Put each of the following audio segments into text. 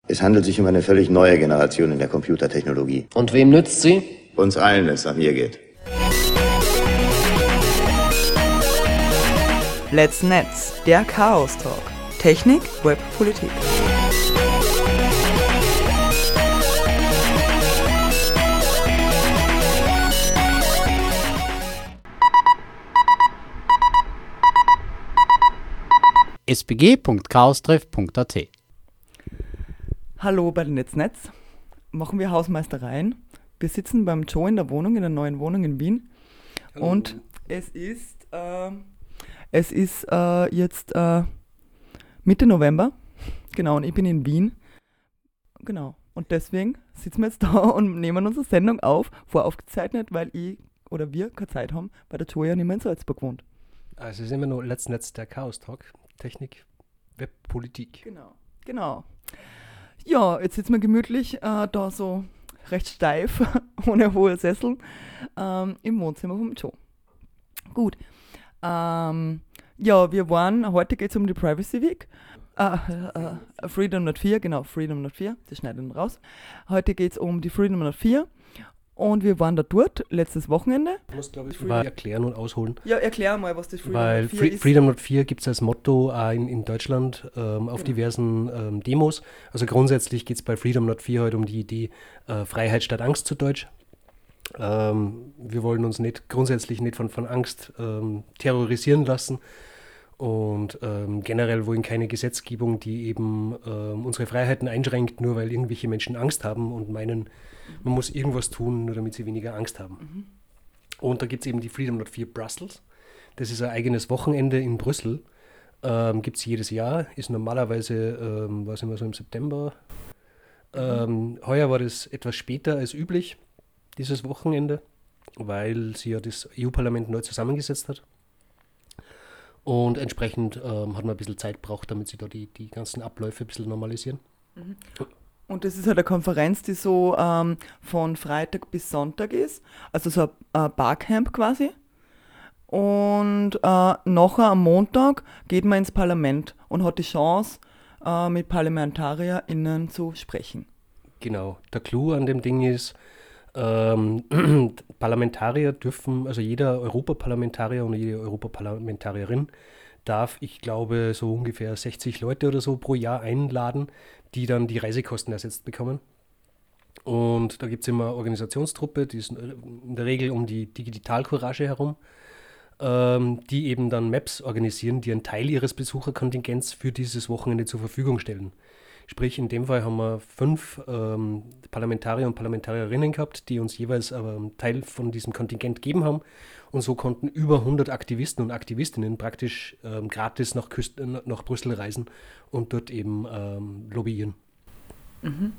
Es handelt sich um eine völlig neue Generation in der Computertechnologie. Und wem nützt sie? Uns allen, wenn es nach mir geht. Let's Netz, der Chaos Talk. Technik, Web, Politik. sbg.chaostreff.at. Hallo bei den Let's Netz. Machen wir Hausmeistereien. Wir sitzen beim Joe in der Wohnung, in der neuen Wohnung in Wien. Hallo. Und es ist jetzt Mitte November. Genau, und ich bin in Wien. Genau. Und deswegen sitzen wir jetzt da und nehmen unsere Sendung auf, voraufgezeichnet, weil wir keine Zeit haben, weil der Joe ja nicht mehr in Salzburg wohnt. Also es ist immer nur Let's Netz, der Chaos Talk. Technik, Web, Politik. Genau. Ja, jetzt sitzen wir gemütlich da so recht steif, ohne hohe Sessel, im Wohnzimmer vom Joe. Gut. Heute geht es um die Privacy Week. Freedom Not 4, genau, Freedom Not 4, das schneiden wir raus. Heute geht es um die Freedom Not 4. Und wir waren da dort, letztes Wochenende. Du musst, glaube ich, erklären und ausholen. Ja, erklär mal, was das Freedom Not 4 ist. Freedom Not 4 gibt es als Motto in Deutschland auf diversen Demos. Also grundsätzlich geht es bei Freedom Not 4 heute um die Idee Freiheit statt Angst zu Deutsch. Wir wollen uns grundsätzlich nicht von Angst terrorisieren lassen. Und generell wollen keine Gesetzgebung, die eben unsere Freiheiten einschränkt, nur weil irgendwelche Menschen Angst haben und meinen, man muss irgendwas tun, nur damit sie weniger Angst haben. Mhm. Und da gibt es eben die Freedom Not 4 Brussels. Das ist ein eigenes Wochenende in Brüssel. Gibt es jedes Jahr, ist normalerweise, was immer so im September. Heuer war das etwas später als üblich, dieses Wochenende, weil sie ja das EU-Parlament neu zusammengesetzt hat. Und entsprechend hat man ein bisschen Zeit gebraucht, damit sie da die ganzen Abläufe ein bisschen normalisieren. Mhm. Und das ist halt eine Konferenz, die so von Freitag bis Sonntag ist, also so ein Barcamp quasi. Und nachher am Montag geht man ins Parlament und hat die Chance, mit ParlamentarierInnen zu sprechen. Genau, der Clou an dem Ding ist, Parlamentarier dürfen, also jeder Europaparlamentarier und jede Europaparlamentarierin darf, ich glaube, so ungefähr 60 Leute oder so pro Jahr einladen, die dann die Reisekosten ersetzt bekommen. Und da gibt es immer eine Organisationstruppe, die ist in der Regel um die Digitalcourage herum, die eben dann Maps organisieren, die einen Teil ihres Besucherkontingents für dieses Wochenende zur Verfügung stellen. Sprich, in dem Fall haben wir 5 Parlamentarier und Parlamentarierinnen gehabt, die uns jeweils einen Teil von diesem Kontingent gegeben haben. Und so konnten über 100 Aktivisten und Aktivistinnen praktisch gratis nach Brüssel reisen und dort eben lobbyieren. Mhm.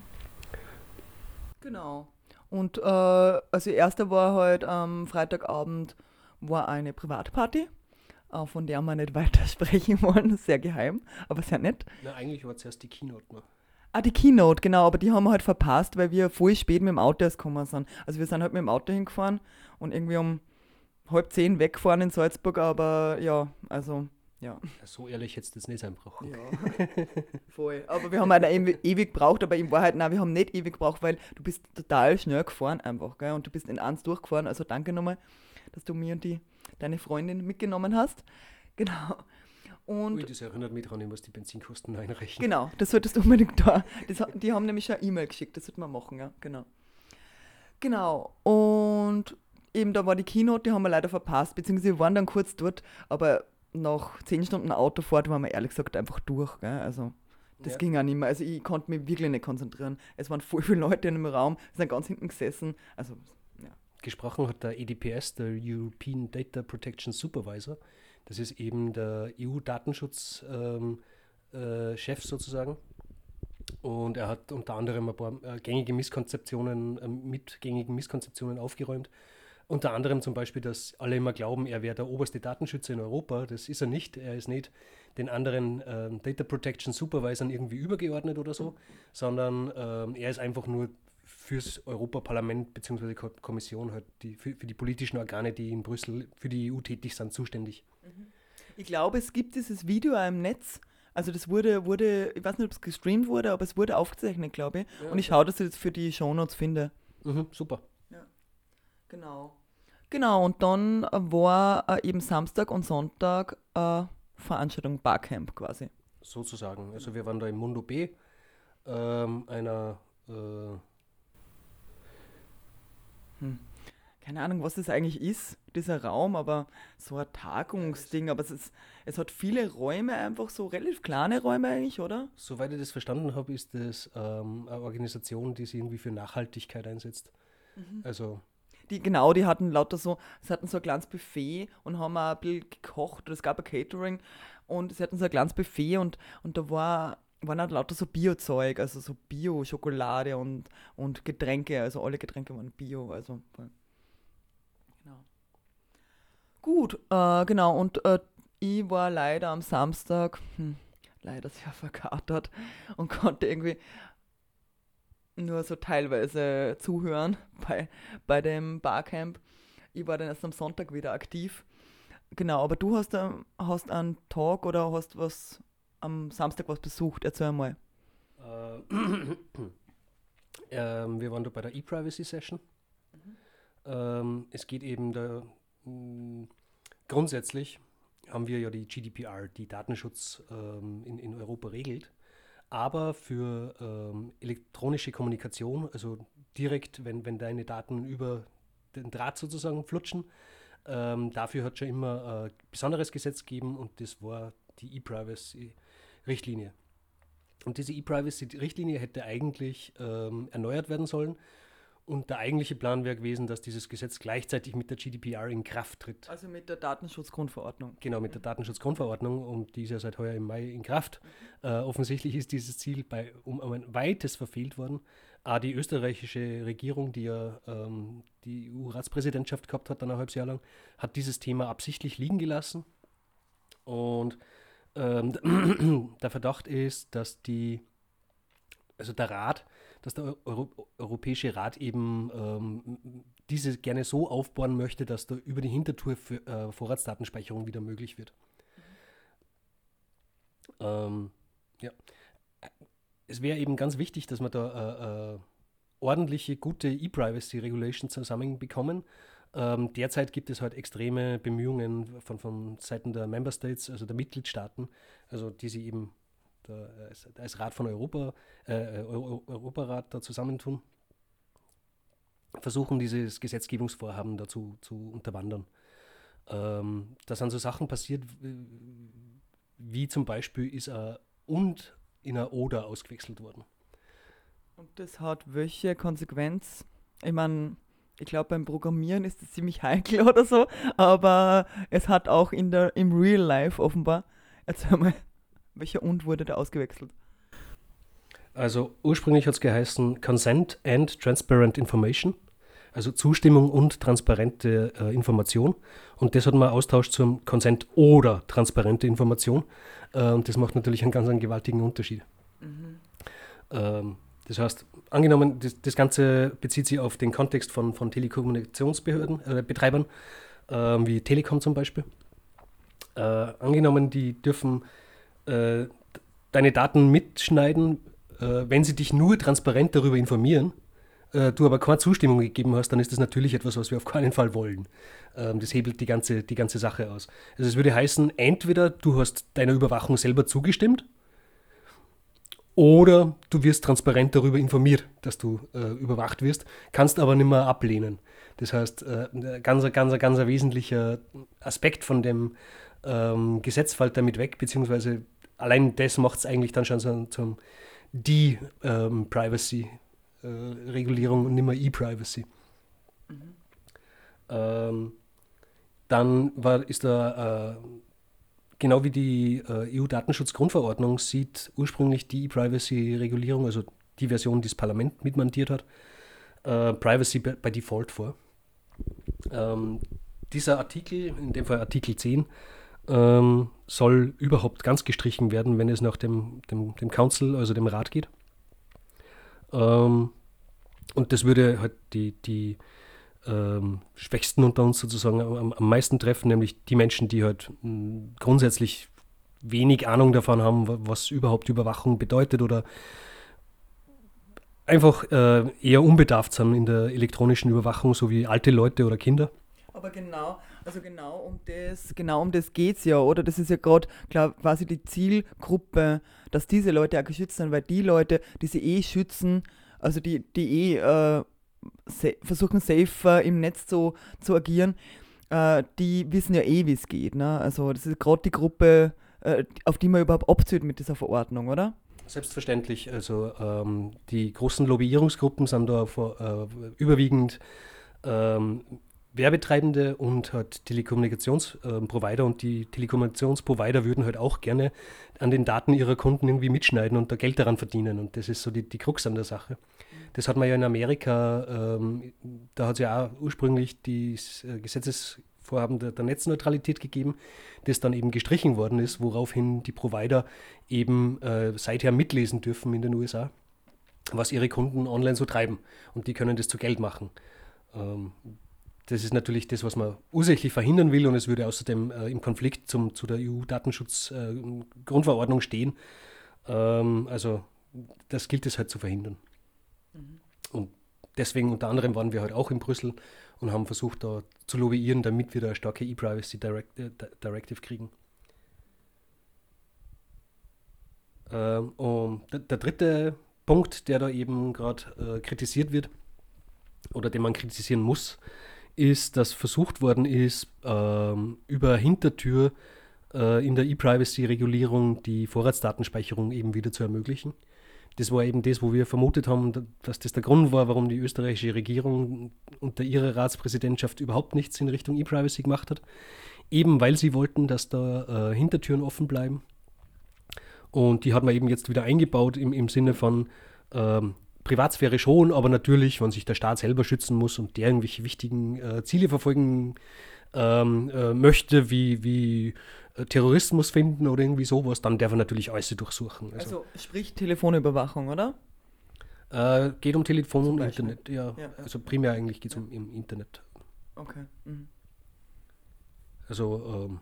Genau. Und also erster war halt am Freitagabend war eine Privatparty, von der wir nicht weiter sprechen wollen, sehr geheim, aber sehr nett. Na, eigentlich war zuerst die Keynote noch. Die Keynote, genau, aber die haben wir halt verpasst, weil wir voll spät mit dem Auto erst gekommen sind. Also wir sind halt mit dem Auto hingefahren und irgendwie um 9:30 weggefahren in Salzburg, aber ja, also, ja. So ehrlich hättest du das nicht einbrochen. Ja, voll. Aber wir haben halt ewig gebraucht, aber in Wahrheit, nein, wir haben nicht ewig gebraucht, weil du bist total schnell gefahren einfach, gell, und du bist in eins durchgefahren, also danke nochmal, dass du mir und deine Freundin mitgenommen hast. Genau. Und das erinnert mich daran, ich muss die Benzinkosten einrechnen. Genau, das solltest du unbedingt da. Die haben nämlich schon eine E-Mail geschickt, das sollte man machen, ja, genau. Genau, und eben da war die Keynote, die haben wir leider verpasst, beziehungsweise wir waren dann kurz dort, aber nach 10 Stunden Autofahrt waren wir ehrlich gesagt einfach durch, gell? Also das ging auch nicht mehr, also ich konnte mich wirklich nicht konzentrieren. Es waren voll viele Leute in dem Raum, wir sind ganz hinten gesessen, also ja. Gesprochen hat der EDPS, der European Data Protection Supervisor. Das ist eben der EU-Datenschutz-Chef sozusagen. Und er hat unter anderem ein paar gängige Misskonzeptionen aufgeräumt. Unter anderem zum Beispiel, dass alle immer glauben, er wäre der oberste Datenschützer in Europa. Das ist er nicht. Er ist nicht den anderen Data Protection Supervisoren irgendwie übergeordnet oder so, sondern er ist einfach nur fürs Europaparlament bzw. Kommission, halt für die politischen Organe, die in Brüssel für die EU tätig sind, zuständig. Ich glaube, es gibt dieses Video im Netz, Also das wurde, ich weiß nicht, ob es gestreamt wurde, aber es wurde aufgezeichnet, glaube ich. Ja, Und ich schaue, dass ich das für die Shownotes finde. Super. Genau. Genau, und dann war eben Samstag und Sonntag Veranstaltung Barcamp quasi. Sozusagen. Also wir waren da im Mundo B, einer Keine Ahnung, was das eigentlich ist, dieser Raum, aber so ein Tagungsding. Aber es hat viele Räume, einfach so relativ kleine Räume eigentlich, oder? soweit ich das verstanden habe, ist das eine Organisation, die sich irgendwie für Nachhaltigkeit einsetzt. Also, Die hatten lauter so, sie hatten so ein kleines Buffet und haben auch ein bisschen gekocht, oder es gab ein Catering und sie hatten so ein kleines Buffet und da waren halt lauter so Bio-Zeug, also so Bio-Schokolade und Getränke, also alle Getränke waren Bio, also genau. Gut, genau, und ich war leider am Samstag, leider sehr verkatert und konnte irgendwie nur so teilweise zuhören bei dem Barcamp. Ich war dann erst am Sonntag wieder aktiv. Genau, aber du hast einen Talk oder hast was am Samstag was besucht? Erzähl mal. wir waren da bei der E-Privacy Session. Es geht eben da, grundsätzlich haben wir ja die GDPR, die Datenschutz in Europa regelt. Aber für elektronische Kommunikation, also direkt, wenn deine Daten über den Draht sozusagen flutschen, dafür hat es schon immer ein besonderes Gesetz gegeben und das war die E-Privacy-Richtlinie. Und diese E-Privacy-Richtlinie hätte eigentlich erneuert werden sollen. Und der eigentliche Plan wäre gewesen, dass dieses Gesetz gleichzeitig mit der GDPR in Kraft tritt. Also mit der Datenschutzgrundverordnung. Genau, mit der Datenschutzgrundverordnung und die ist ja seit heuer im Mai in Kraft. Offensichtlich ist dieses Ziel um ein weites verfehlt worden. Die österreichische Regierung, die ja die EU-Ratspräsidentschaft gehabt hat, dann ein halbes Jahr lang, hat dieses Thema absichtlich liegen gelassen. Und der Verdacht ist, dass der Europäische Rat eben diese gerne so aufbauen möchte, dass da über die Hintertür für Vorratsdatenspeicherung wieder möglich wird. Ja. Es wäre eben ganz wichtig, dass wir da ordentliche, gute E-Privacy-Regulation zusammenbekommen. Derzeit gibt es halt extreme Bemühungen von Seiten der Member States, also der Mitgliedstaaten, also die sie eben als Rat von Europarat da zusammentun, versuchen dieses Gesetzgebungsvorhaben dazu zu unterwandern. Da sind so Sachen passiert, wie zum Beispiel ist ein und in ein oder ausgewechselt worden. Und das hat welche Konsequenz? Ich meine, ich glaube, beim Programmieren ist das ziemlich heikel oder so, aber es hat auch im Real Life offenbar. Erzähl mal, welcher und wurde da ausgewechselt? Also ursprünglich hat es geheißen Consent and Transparent Information, also Zustimmung und transparente Information. Und das hat man austauscht zum Consent oder transparente Information. Und das macht natürlich einen gewaltigen Unterschied. Das heißt, angenommen, das Ganze bezieht sich auf den Kontext von Telekommunikationsbetreibern, wie Telekom zum Beispiel. Angenommen, die dürfen deine Daten mitschneiden, wenn sie dich nur transparent darüber informieren, du aber keine Zustimmung gegeben hast, dann ist das natürlich etwas, was wir auf keinen Fall wollen. Das hebelt die ganze Sache aus. Also es würde heißen, entweder du hast deiner Überwachung selber zugestimmt oder du wirst transparent darüber informiert, dass du überwacht wirst, kannst aber nicht mehr ablehnen. Das heißt, ein ganz wesentlicher Aspekt von dem Gesetz fällt damit weg, beziehungsweise allein das macht es eigentlich dann schon zum Privacy-Regulierung und nicht mehr E-Privacy. Dann ist da, genau wie die EU-Datenschutzgrundverordnung sieht ursprünglich die E-Privacy-Regulierung, also die Version, die das Parlament mitmontiert hat, Privacy by Default vor. Dieser Artikel, in dem Fall Artikel 10, soll überhaupt ganz gestrichen werden, wenn es nach dem Council, also dem Rat geht. Und das würde halt die Schwächsten unter uns sozusagen am meisten treffen, nämlich die Menschen, die halt grundsätzlich wenig Ahnung davon haben, was überhaupt Überwachung bedeutet oder einfach eher unbedarft sind in der elektronischen Überwachung, so wie alte Leute oder Kinder. Aber genau um das geht es ja, oder? Das ist ja gerade quasi die Zielgruppe, dass diese Leute auch geschützt sind, weil die Leute, die sie schützen, also die versuchen safer im Netz zu agieren, die wissen ja wie es geht. Ne? Also das ist gerade die Gruppe, auf die man überhaupt abzieht mit dieser Verordnung, oder? Selbstverständlich. Also die großen Lobbyierungsgruppen sind da überwiegend Werbetreibende und halt Telekommunikationsprovider, und die Telekommunikationsprovider würden halt auch gerne an den Daten ihrer Kunden irgendwie mitschneiden und da Geld daran verdienen, und das ist so die Krux an der Sache. Das hat man ja in Amerika, da hat es ja auch ursprünglich die Gesetzesvorhaben der Netzneutralität gegeben, das dann eben gestrichen worden ist, woraufhin die Provider eben seither mitlesen dürfen in den USA, was ihre Kunden online so treiben, und die können das zu Geld machen. Das ist natürlich das, was man ursächlich verhindern will, und es würde außerdem im Konflikt zu der EU-Datenschutz-Grundverordnung stehen. Also das gilt es halt zu verhindern. Und deswegen unter anderem waren wir halt auch in Brüssel und haben versucht, da zu lobbyieren, damit wir da eine starke E-Privacy Directive kriegen. Und der dritte Punkt, der da eben gerade kritisiert wird oder den man kritisieren muss, ist, dass versucht worden ist, über Hintertür in der E-Privacy-Regulierung die Vorratsdatenspeicherung eben wieder zu ermöglichen. Das war eben das, wo wir vermutet haben, dass das der Grund war, warum die österreichische Regierung unter ihrer Ratspräsidentschaft überhaupt nichts in Richtung E-Privacy gemacht hat. Eben weil sie wollten, dass da Hintertüren offen bleiben. Und die hat man eben jetzt wieder eingebaut im Sinne von Privatsphäre schon, aber natürlich, wenn sich der Staat selber schützen muss und der irgendwelche wichtigen Ziele verfolgen möchte, wie Terrorismus finden oder irgendwie sowas, dann darf er natürlich alles durchsuchen. Also sprich Telefonüberwachung, oder? Geht um Telefon und Internet, ja. Also primär eigentlich geht es um im Internet. Okay. Mhm. Also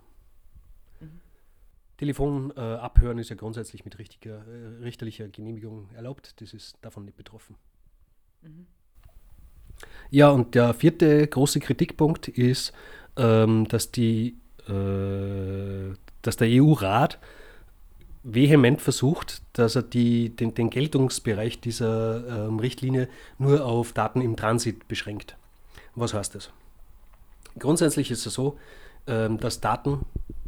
Telefon abhören ist ja grundsätzlich mit richterlicher Genehmigung erlaubt. Das ist davon nicht betroffen. Mhm. Ja, und der vierte große Kritikpunkt ist, dass der EU-Rat vehement versucht, dass er den Geltungsbereich dieser Richtlinie nur auf Daten im Transit beschränkt. Was heißt das? Grundsätzlich ist es so, dass Daten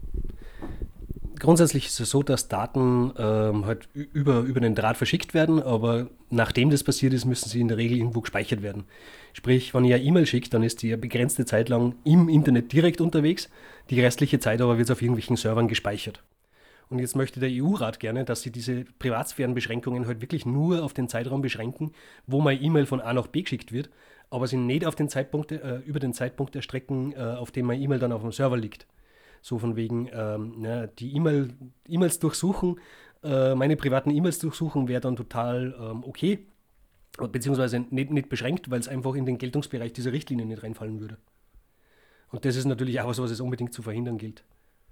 halt über den Draht verschickt werden, aber nachdem das passiert ist, müssen sie in der Regel irgendwo gespeichert werden. Sprich, wenn ihr eine E-Mail schickt, dann ist die eine begrenzte Zeit lang im Internet direkt unterwegs, die restliche Zeit aber wird es auf irgendwelchen Servern gespeichert. Und jetzt möchte der EU-Rat gerne, dass sie diese Privatsphärenbeschränkungen halt wirklich nur auf den Zeitraum beschränken, wo meine E-Mail von A nach B geschickt wird, aber sie nicht auf den Zeitpunkt, über den Zeitpunkt erstrecken, auf dem meine E-Mail dann auf dem Server liegt. So von wegen, die E-Mails durchsuchen, meine privaten E-Mails durchsuchen wäre dann total okay, beziehungsweise nicht beschränkt, weil es einfach in den Geltungsbereich dieser Richtlinie nicht reinfallen würde. Und das ist natürlich auch was es unbedingt zu verhindern gilt.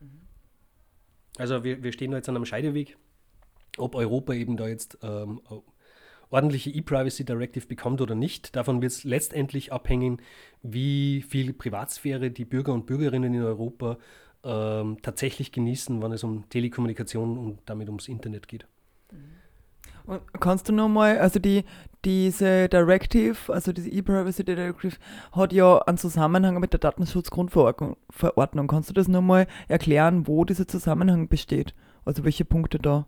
Also wir stehen da jetzt an einem Scheideweg, ob Europa eben da jetzt ordentliche E-Privacy Directive bekommt oder nicht. Davon wird es letztendlich abhängen, wie viel Privatsphäre die Bürger und Bürgerinnen in Europa tatsächlich genießen, wenn es um Telekommunikation und damit ums Internet geht. Und kannst du nochmal, also diese Directive, also diese E-Privacy Directive, hat ja einen Zusammenhang mit der Datenschutzgrundverordnung. Kannst du das nochmal erklären, wo dieser Zusammenhang besteht? Also welche Punkte da?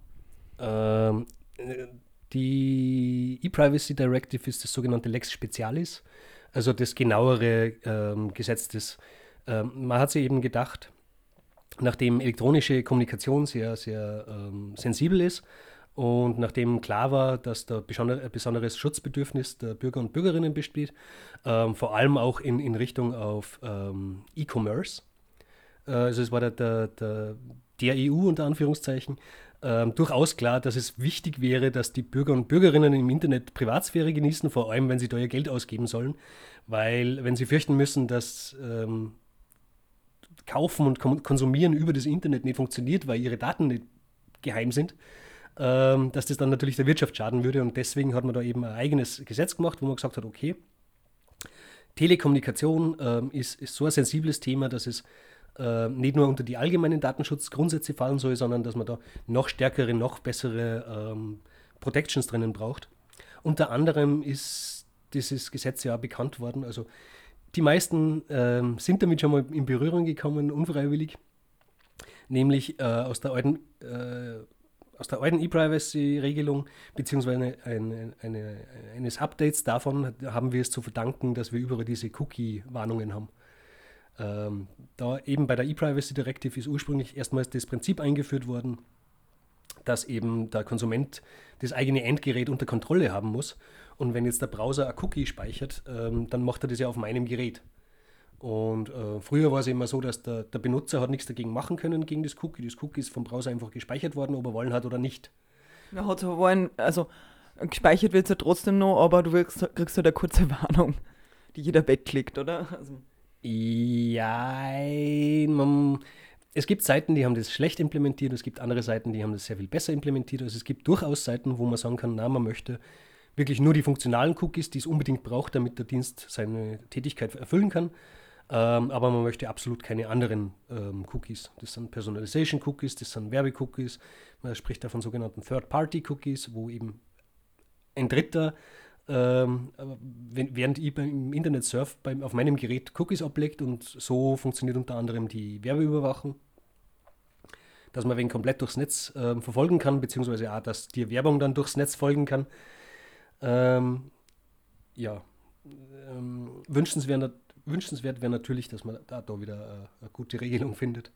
Die E-Privacy Directive ist das sogenannte Lex Specialis, also das genauere Gesetz. Man hat sich eben gedacht, nachdem elektronische Kommunikation sehr, sehr sensibel ist und nachdem klar war, dass da ein besonderes Schutzbedürfnis der Bürger und Bürgerinnen besteht, vor allem auch in Richtung auf E-Commerce, also es war der EU unter Anführungszeichen, durchaus klar, dass es wichtig wäre, dass die Bürger und Bürgerinnen im Internet Privatsphäre genießen, vor allem wenn sie da ihr Geld ausgeben sollen, weil wenn sie fürchten müssen, dass Kaufen und Konsumieren über das Internet nicht funktioniert, weil ihre Daten nicht geheim sind, dass das dann natürlich der Wirtschaft schaden würde. Und deswegen hat man da eben ein eigenes Gesetz gemacht, wo man gesagt hat, okay, Telekommunikation ist so ein sensibles Thema, dass es nicht nur unter die allgemeinen Datenschutzgrundsätze fallen soll, sondern dass man da noch stärkere, noch bessere Protections drinnen braucht. Unter anderem ist dieses Gesetz ja bekannt worden. Also die meisten sind damit schon mal in Berührung gekommen, unfreiwillig, nämlich aus der alten E-Privacy-Regelung beziehungsweise eines Updates davon haben wir es zu verdanken, dass wir überall diese Cookie-Warnungen haben. Da eben bei der E-Privacy Directive ist ursprünglich erstmals das Prinzip eingeführt worden, dass eben der Konsument das eigene Endgerät unter Kontrolle haben muss. Und wenn jetzt der Browser ein Cookie speichert, dann macht er das ja auf meinem Gerät. Und früher war es immer so, dass der Benutzer hat nichts dagegen machen können, gegen das Cookie. Das Cookie ist vom Browser einfach gespeichert worden, ob er wollen hat oder nicht. Ja, hat so wollen, also gespeichert wird es ja trotzdem noch, aber du kriegst halt eine kurze Warnung, die jeder wegklickt, oder? Also. Ja, es gibt Seiten, die haben das schlecht implementiert, es gibt andere Seiten, die haben das sehr viel besser implementiert. Also es gibt durchaus Seiten, wo man sagen kann, na, man möchte wirklich nur die funktionalen Cookies, die es unbedingt braucht, damit der Dienst seine Tätigkeit erfüllen kann. Aber man möchte absolut keine anderen Cookies. Das sind Personalization-Cookies, das sind Werbe-Cookies. Man spricht da von sogenannten Third-Party-Cookies, wo eben ein Dritter, während ich im Internet surfe, auf meinem Gerät Cookies ablegt, und so funktioniert unter anderem die Werbeüberwachung, dass man wen komplett durchs Netz verfolgen kann, beziehungsweise auch, dass die Werbung dann durchs Netz folgen kann. Wünschenswert wäre natürlich, dass man da wieder eine gute Regelung findet,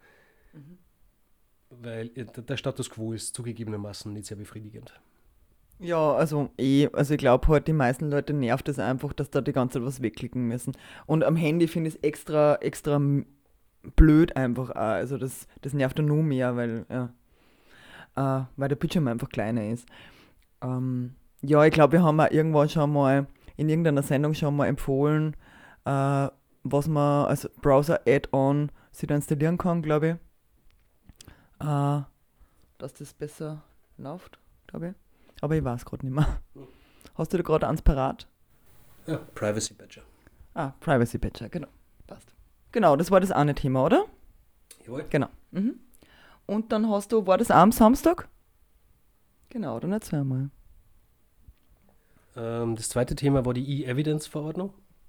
weil der Status quo ist zugegebenermaßen nicht sehr befriedigend. Ja, also ich glaube halt, die meisten Leute nervt es einfach, dass da die ganze Zeit was wegklicken müssen. Und am Handy finde ich es extra blöd einfach auch. Also das nervt dann nur mehr, weil der Bildschirm einfach kleiner ist. Ja, ich glaube, wir haben auch irgendwann schon mal in irgendeiner Sendung schon mal empfohlen, was man als Browser-Add-on sich da installieren kann, glaube ich. Dass das besser läuft, glaube ich. Aber ich weiß gerade nicht mehr. Hast du da gerade eins parat? Ja, Privacy Badger. Privacy Badger, genau. Passt. Genau, das war das eine Thema, oder? Jawohl. Genau. Mhm. Und dann war das auch am Samstag? Genau, dann erzähl mal. Das zweite Thema war die E-Evidence-Verordnung.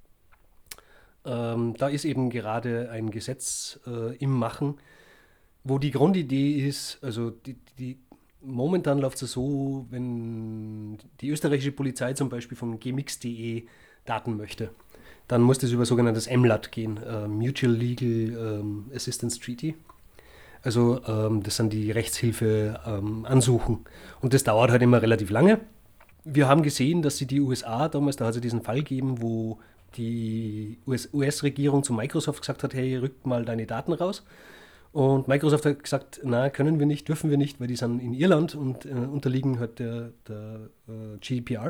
Da ist eben gerade ein Gesetz im Machen, wo die Grundidee ist, also momentan läuft es so, wenn die österreichische Polizei zum Beispiel von gmx.de Daten möchte, dann muss das über sogenanntes MLAT gehen, Mutual Legal Assistance Treaty. Also das sind die Rechtshilfe-Ansuchen. Und das dauert halt immer relativ lange. Wir haben gesehen, dass sie die USA damals, da hat es diesen Fall gegeben, wo die US-Regierung zu Microsoft gesagt hat, hey, rückt mal deine Daten raus. Und Microsoft hat gesagt, na, können wir nicht, dürfen wir nicht, weil die sind in Irland und unterliegen halt der GDPR.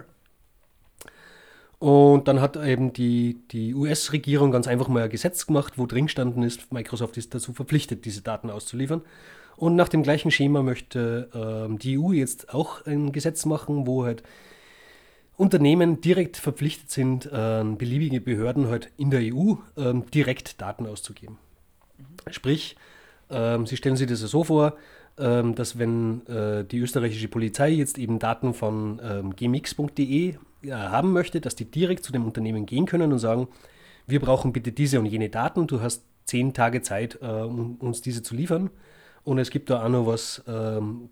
Und dann hat eben die US-Regierung ganz einfach mal ein Gesetz gemacht, wo drin gestanden ist, Microsoft ist dazu verpflichtet, diese Daten auszuliefern. Und nach dem gleichen Schema möchte die EU jetzt auch ein Gesetz machen, wo halt Unternehmen direkt verpflichtet sind, beliebige Behörden halt in der EU direkt Daten auszugeben. Sprich, Sie stellen sich das so vor, dass wenn die österreichische Polizei jetzt eben Daten von gmx.de haben möchte, dass die direkt zu dem Unternehmen gehen können und sagen, wir brauchen bitte diese und jene Daten, du hast 10 Tage Zeit, um uns diese zu liefern. Und es gibt da auch noch was, wenn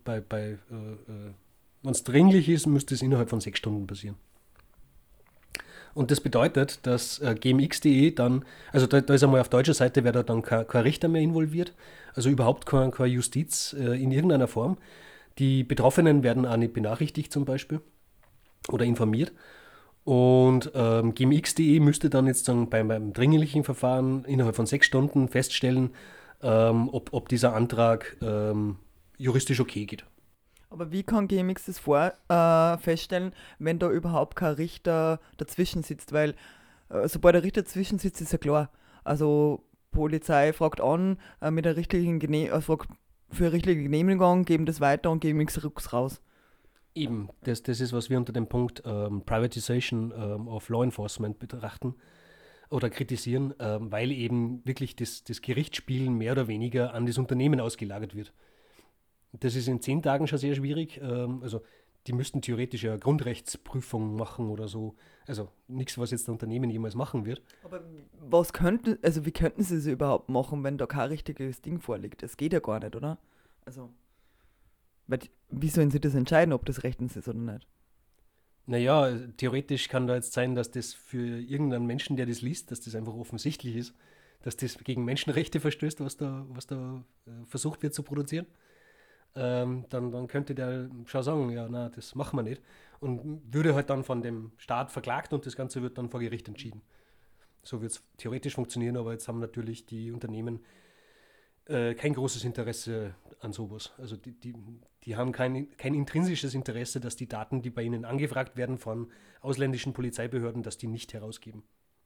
es dringlich ist, müsste es innerhalb von 6 Stunden passieren. Und das bedeutet, dass gmx.de dann, also da ist einmal auf deutscher Seite, wäre da dann kein Richter mehr involviert, also überhaupt keine Justiz in irgendeiner Form. Die Betroffenen werden auch nicht benachrichtigt zum Beispiel oder informiert. Und gmx.de müsste dann jetzt sagen, beim dringlichen Verfahren innerhalb von 6 Stunden feststellen, ob dieser Antrag juristisch okay geht. Aber wie kann GMX das feststellen, wenn da überhaupt kein Richter dazwischen sitzt? Weil sobald der Richter dazwischen sitzt, ist ja klar. Also Polizei fragt an, mit der richtigen fragt für eine richtige Genehmigung, geben das weiter und geben nichts raus. Eben, das ist, was wir unter dem Punkt Privatization of Law Enforcement betrachten oder kritisieren, weil eben wirklich das Gerichtsspielen mehr oder weniger an das Unternehmen ausgelagert wird. Das ist in 10 Tagen schon sehr schwierig. Also die müssten theoretisch eine Grundrechtsprüfung machen oder so. Also nichts, was jetzt das Unternehmen jemals machen wird. Aber wie könnten sie es überhaupt machen, wenn da kein richtiges Ding vorliegt? Das geht ja gar nicht, oder? Also, wie sollen sie das entscheiden, ob das rechtens ist oder nicht? Naja, theoretisch kann da jetzt sein, dass das für irgendeinen Menschen, der das liest, dass das einfach offensichtlich ist, dass das gegen Menschenrechte verstößt, was da versucht wird zu produzieren. Dann könnte der schon sagen, ja, na, das machen wir nicht. Und würde halt dann von dem Staat verklagt und das Ganze wird dann vor Gericht entschieden. So wird es theoretisch funktionieren, aber jetzt haben natürlich die Unternehmen kein großes Interesse an sowas. Also die haben kein intrinsisches Interesse, dass die Daten, die bei ihnen angefragt werden von ausländischen Polizeibehörden, dass die nicht herausgeben.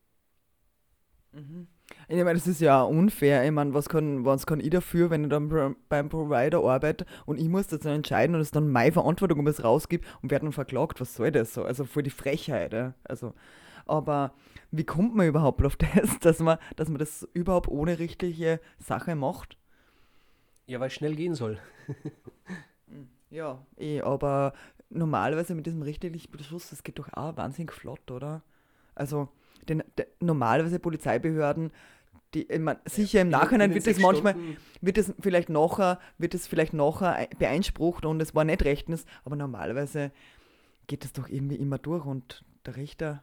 Ich meine, das ist ja unfair. Ich meine, was kann ich dafür, wenn ich dann beim Provider arbeite und ich muss das dann entscheiden und es ist dann meine Verantwortung, ob ich es rausgebe und werde dann verklagt? Was soll das so? Also voll die Frechheit. Ja? Also, aber wie kommt man überhaupt auf das, dass man das überhaupt ohne richtige Sache macht? Ja, weil es schnell gehen soll. Ja, aber normalerweise mit diesem richterlichen Beschluss, das geht doch auch wahnsinnig flott, oder? Also, normalerweise Polizeibehörden, ich mein, sicher im Nachhinein wird das vielleicht nachher beeinsprucht und es war nicht rechtens, aber normalerweise geht das doch irgendwie immer durch und der Richter,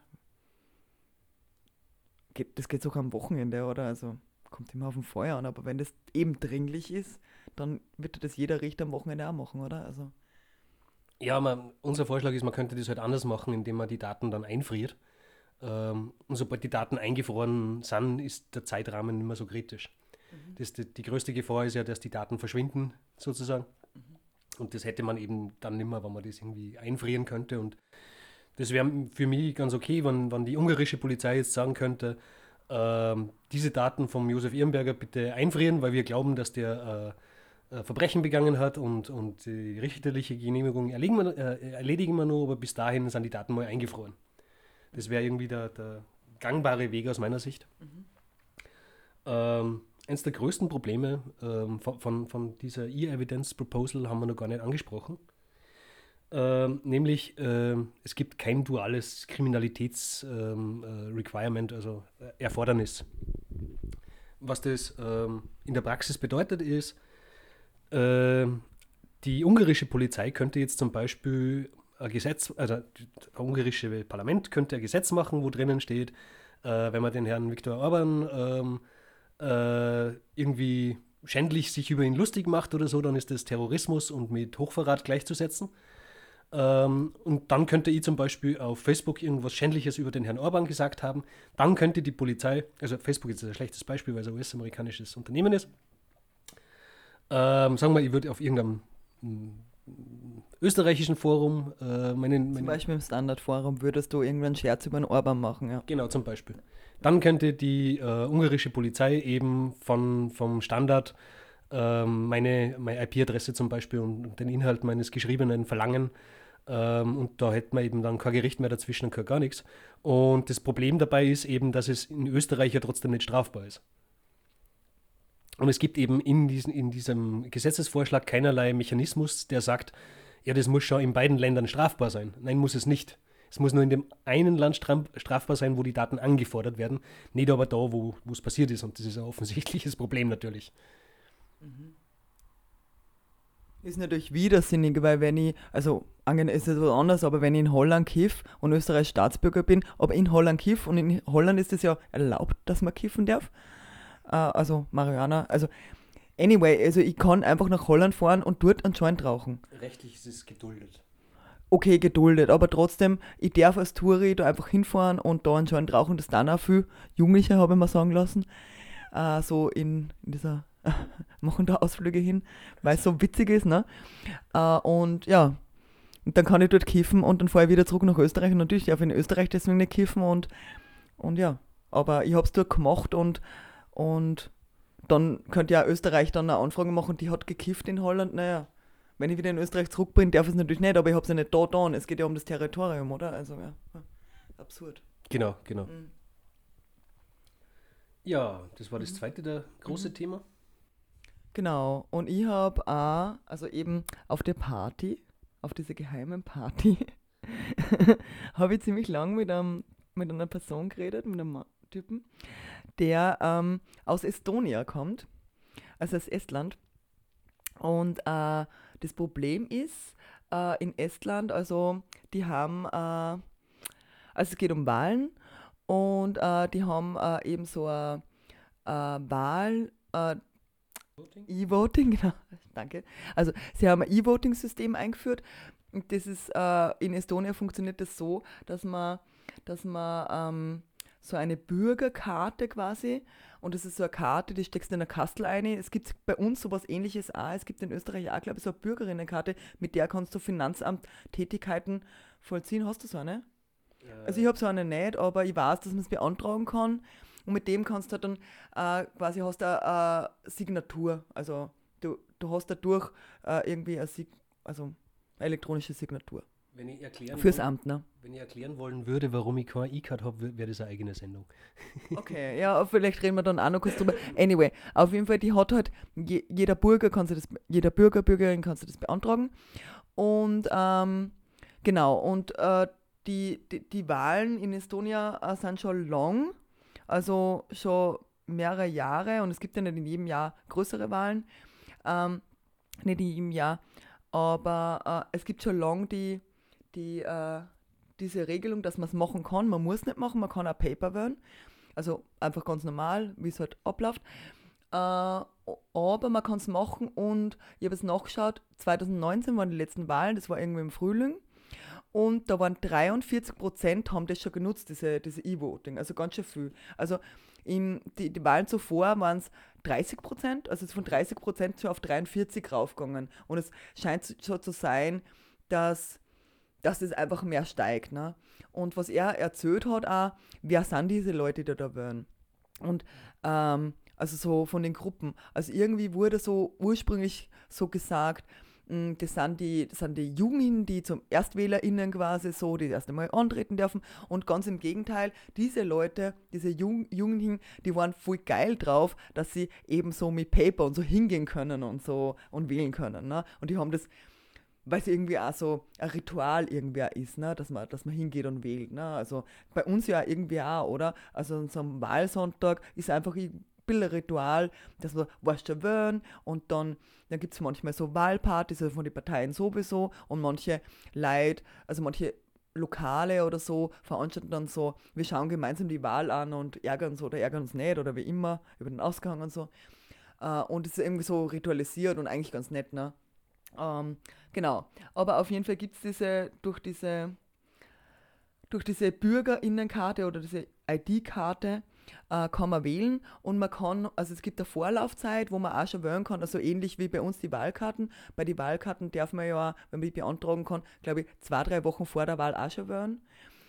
das geht sogar am Wochenende, oder? Also kommt immer auf den Feuer an, aber wenn das eben dringlich ist, dann wird das jeder Richter am Wochenende auch machen, oder? Also. Ja, unser Vorschlag ist, man könnte das halt anders machen, indem man die Daten dann einfriert. Und sobald die Daten eingefroren sind, ist der Zeitrahmen nicht mehr so kritisch. Die größte Gefahr ist ja, dass die Daten verschwinden, sozusagen. Und das hätte man eben dann nicht mehr, wenn man das irgendwie einfrieren könnte. Und das wäre für mich ganz okay, wenn die ungarische Polizei jetzt sagen könnte, diese Daten vom Josef Irnberger bitte einfrieren, weil wir glauben, dass der Verbrechen begangen hat und die richterliche Genehmigung erledigen wir nur, aber bis dahin sind die Daten mal eingefroren. Das wäre irgendwie der gangbare Weg aus meiner Sicht. Eines der größten Probleme von dieser E-Evidence Proposal haben wir noch gar nicht angesprochen. Nämlich, es gibt kein duales Kriminalitäts-Requirement, also Erfordernis. Was das in der Praxis bedeutet ist, die ungarische Polizei könnte jetzt zum Beispiel ein Gesetz, also das ungarische Parlament könnte ein Gesetz machen, wo drinnen steht, wenn man den Herrn Viktor Orbán irgendwie schändlich sich über ihn lustig macht oder so, dann ist das Terrorismus und mit Hochverrat gleichzusetzen. Und dann könnte ich zum Beispiel auf Facebook irgendwas Schändliches über den Herrn Orbán gesagt haben. Dann könnte die Polizei, also Facebook ist ein schlechtes Beispiel, weil es ein US-amerikanisches Unternehmen ist. Sagen wir, ich würde auf irgendeinem österreichischen Forum zum Beispiel im Standardforum würdest du irgendwann einen Scherz über den Orbán machen, ja. Genau, zum Beispiel. Dann könnte die ungarische Polizei eben vom Standard meine IP-Adresse zum Beispiel und den Inhalt meines Geschriebenen verlangen. Und da hätte man eben dann kein Gericht mehr dazwischen und gar nichts. Und das Problem dabei ist eben, dass es in Österreich ja trotzdem nicht strafbar ist. Und es gibt eben in diesem Gesetzesvorschlag keinerlei Mechanismus, der sagt, ja, das muss schon in beiden Ländern strafbar sein. Nein, muss es nicht. Es muss nur in dem einen Land strafbar sein, wo die Daten angefordert werden, nicht aber da, wo es passiert ist. Und das ist ein offensichtliches Problem natürlich. Ist natürlich widersinnig, weil wenn ich, also ist es was anderes, aber wenn ich in Holland kiff und Österreich Staatsbürger bin, aber in Holland kiff und in Holland ist es ja erlaubt, dass man kiffen darf, also Marihuana, also anyway, also ich kann einfach nach Holland fahren und dort einen Joint rauchen. Rechtlich ist es geduldet. Okay, geduldet, aber trotzdem, ich darf als Touri da einfach hinfahren und da einen Joint rauchen, das dann auch viel Jugendliche, habe ich mir sagen lassen, so in dieser machen da Ausflüge hin, weil es so witzig ist, ne? Und ja, und dann kann ich dort kiffen und dann fahre ich wieder zurück nach Österreich und natürlich darf ich in Österreich deswegen nicht kiffen und ja, aber ich habe es dort gemacht und dann könnte ja Österreich dann eine Anfrage machen, die hat gekifft in Holland, naja. Wenn ich wieder in Österreich zurückbringe, darf ich es natürlich nicht, aber ich habe es ja nicht da getan. Es geht ja um das Territorium, oder? Also, ja, absurd. Genau. Mhm. Ja, das war das zweite der große Thema. Genau. Und ich habe auch, also eben auf der Party, auf dieser geheimen Party, habe ich ziemlich lang mit einer Person geredet, mit einem Typen, der aus Estonia kommt, also aus Estland. Und das Problem ist, in Estland, also die haben, also es geht um Wahlen und die haben eben so ein Wahl, E-Voting, genau, danke. Also sie haben ein E-Voting-System eingeführt und das ist, in Estonia funktioniert das so, dass man so eine Bürgerkarte quasi, und das ist so eine Karte, die steckst du in eine Kastel ein. Es gibt bei uns sowas Ähnliches auch, es gibt in Österreich auch, glaube ich, so eine Bürgerinnenkarte, mit der kannst du Finanzamt-Tätigkeiten vollziehen. Hast du so eine? Also ich habe so eine nicht, aber ich weiß, dass man es beantragen kann. Und mit dem kannst du dann quasi hast du eine Signatur. Also du hast dadurch irgendwie also eine elektronische Signatur. Wenn ich erklären Fürs wollen- Amt, ne? Wenn ich erklären wollen würde, warum ich keine E-Card habe, wäre das eine eigene Sendung. Okay, ja, vielleicht reden wir dann auch noch kurz drüber. Anyway, auf jeden Fall, die hat halt, jeder Bürger, Bürgerin kann sie das beantragen. Und genau, und die Wahlen in Estonia sind schon lang, also schon mehrere Jahre, und es gibt ja nicht in jedem Jahr größere Wahlen, nicht in jedem Jahr, aber es gibt schon lang diese Regelung, dass man es machen kann. Man muss nicht machen, man kann auch Paper wählen. Also einfach ganz normal, wie es halt abläuft. Aber man kann es machen, und ich habe es nachgeschaut, 2019 waren die letzten Wahlen, das war irgendwie im Frühling. Und da waren 43% haben das schon genutzt, diese E-Voting, also ganz schön viel. Also die Wahlen zuvor waren es 30%, also es ist von 30% schon auf 43 raufgegangen. Und es scheint so zu sein, dass das einfach mehr steigt. Ne? Und was er erzählt hat auch, wer sind diese Leute, die da wählen? Und also so von den Gruppen. Also irgendwie wurde so ursprünglich so gesagt, das sind die Jungen, die zum ErstwählerInnen quasi so, die das erste Mal antreten dürfen. Und ganz im Gegenteil, diese Leute, diese Jungen, die waren voll geil drauf, dass sie eben so mit Paper und so hingehen können und so und wählen können. Ne? Und die haben das, weil es irgendwie auch so ein Ritual irgendwie auch ist, ne? Dass man hingeht und wählt. Ne? Also bei uns ja irgendwie auch, oder? Also an so einem Wahlsonntag ist einfach ein Ritual, dass man schon wählen, und dann gibt es manchmal so Wahlpartys, also von den Parteien sowieso, und manche Leute, also manche Lokale oder so, veranstalten dann so, wir schauen gemeinsam die Wahl an und ärgern uns oder ärgern uns nicht oder wie immer über den Ausgang und so. Und es ist irgendwie so ritualisiert und eigentlich ganz nett, ne? Genau, aber auf jeden Fall gibt es durch diese BürgerInnenkarte oder diese ID-Karte kann man wählen, und man kann, also es gibt eine Vorlaufzeit, wo man auch schon wählen kann, also ähnlich wie bei uns die Wahlkarten. Bei den Wahlkarten darf man ja, wenn man die beantragen kann, glaube ich, 2-3 Wochen vor der Wahl auch schon wählen.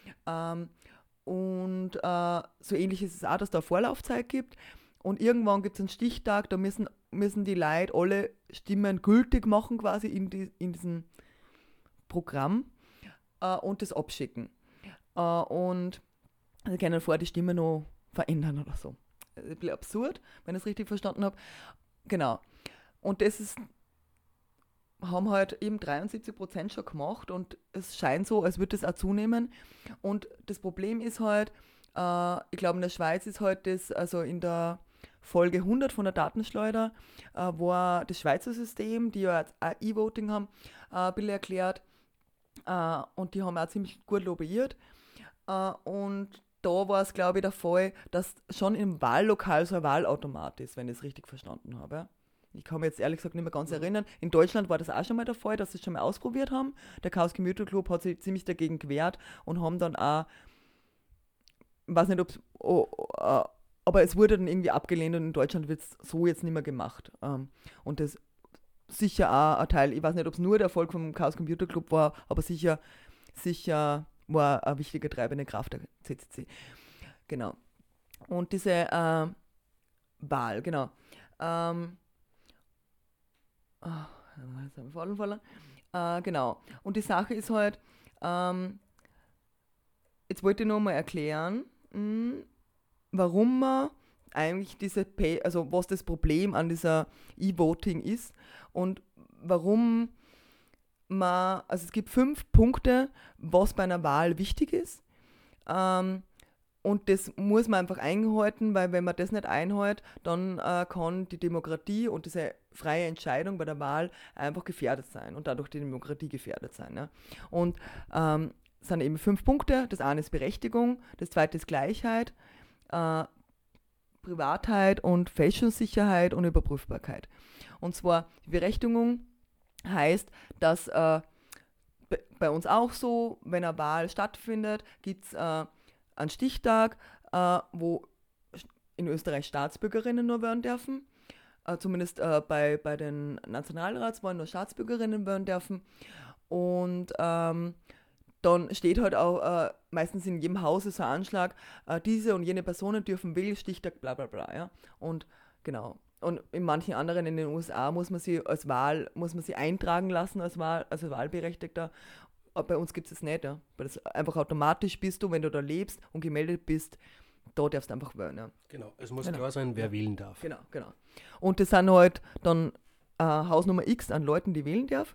Und so ähnlich ist es auch, dass da eine Vorlaufzeit gibt. Und irgendwann gibt es einen Stichtag, da müssen die Leute alle Stimmen gültig machen, quasi in diesem Programm, und das abschicken. Und sie können vorher die Stimme noch verändern oder so. Ein bisschen absurd, wenn ich es richtig verstanden habe. Genau. Und das haben halt eben 73% schon gemacht, und es scheint so, als würde das auch zunehmen. Und das Problem ist halt, ich glaube in der Schweiz ist halt das, also in der Folge 100 von der Datenschleuder war das Schweizer System, die ja jetzt auch E-Voting haben, ein bisschen erklärt, und die haben auch ziemlich gut lobbyiert. Und da war es, glaube ich, der Fall, dass schon im Wahllokal so ein Wahlautomat ist, wenn ich es richtig verstanden habe. Ja. Ich kann mich jetzt ehrlich gesagt nicht mehr ganz erinnern. In Deutschland war das auch schon mal der Fall, dass sie es schon mal ausprobiert haben. Der Chaos Computer Club hat sich ziemlich dagegen gewehrt und haben dann auch, ich weiß nicht, ob es, aber es wurde dann irgendwie abgelehnt, und in Deutschland wird es so jetzt nicht mehr gemacht. Und das sicher auch ein Teil, ich weiß nicht, ob es nur der Erfolg vom Chaos Computer Club war, aber sicher war eine wichtige treibende Kraft der CCC. Genau. Und diese Wahl, genau. Jetzt haben wir fallen. Genau. Und die Sache ist halt, jetzt wollte ich noch mal erklären, warum man eigentlich also was das Problem an dieser E-Voting ist und warum also es gibt 5 Punkte, was bei einer Wahl wichtig ist. Und das muss man einfach einhalten, weil wenn man das nicht einhält, dann kann die Demokratie und diese freie Entscheidung bei der Wahl einfach gefährdet sein und dadurch die Demokratie gefährdet sein. Ja. Und es sind eben 5 Punkte. Das eine ist Berechtigung, das zweite ist Gleichheit, Privatheit und Fälschungssicherheit und Überprüfbarkeit. Und zwar die Berechtigung heißt, dass bei uns auch so, wenn eine Wahl stattfindet, gibt es einen Stichtag, wo in Österreich Staatsbürgerinnen nur wählen dürfen. Zumindest bei den Nationalratswahlen nur Staatsbürgerinnen wählen dürfen. Und dann steht halt auch meistens in jedem Haus so ein Anschlag, diese und jene Personen dürfen wählen, Stichtag, bla bla bla. Ja? Und genau. Und in manchen anderen in den USA muss man sie eintragen lassen als Wahlberechtigter. Aber bei uns gibt es das nicht, ja. Weil das einfach automatisch bist du, wenn du da lebst und gemeldet bist, da darfst du einfach wählen. Ja. Genau, es muss klar sein, wer wählen darf. Genau. Und das sind halt dann Hausnummer X an Leuten, die wählen darf.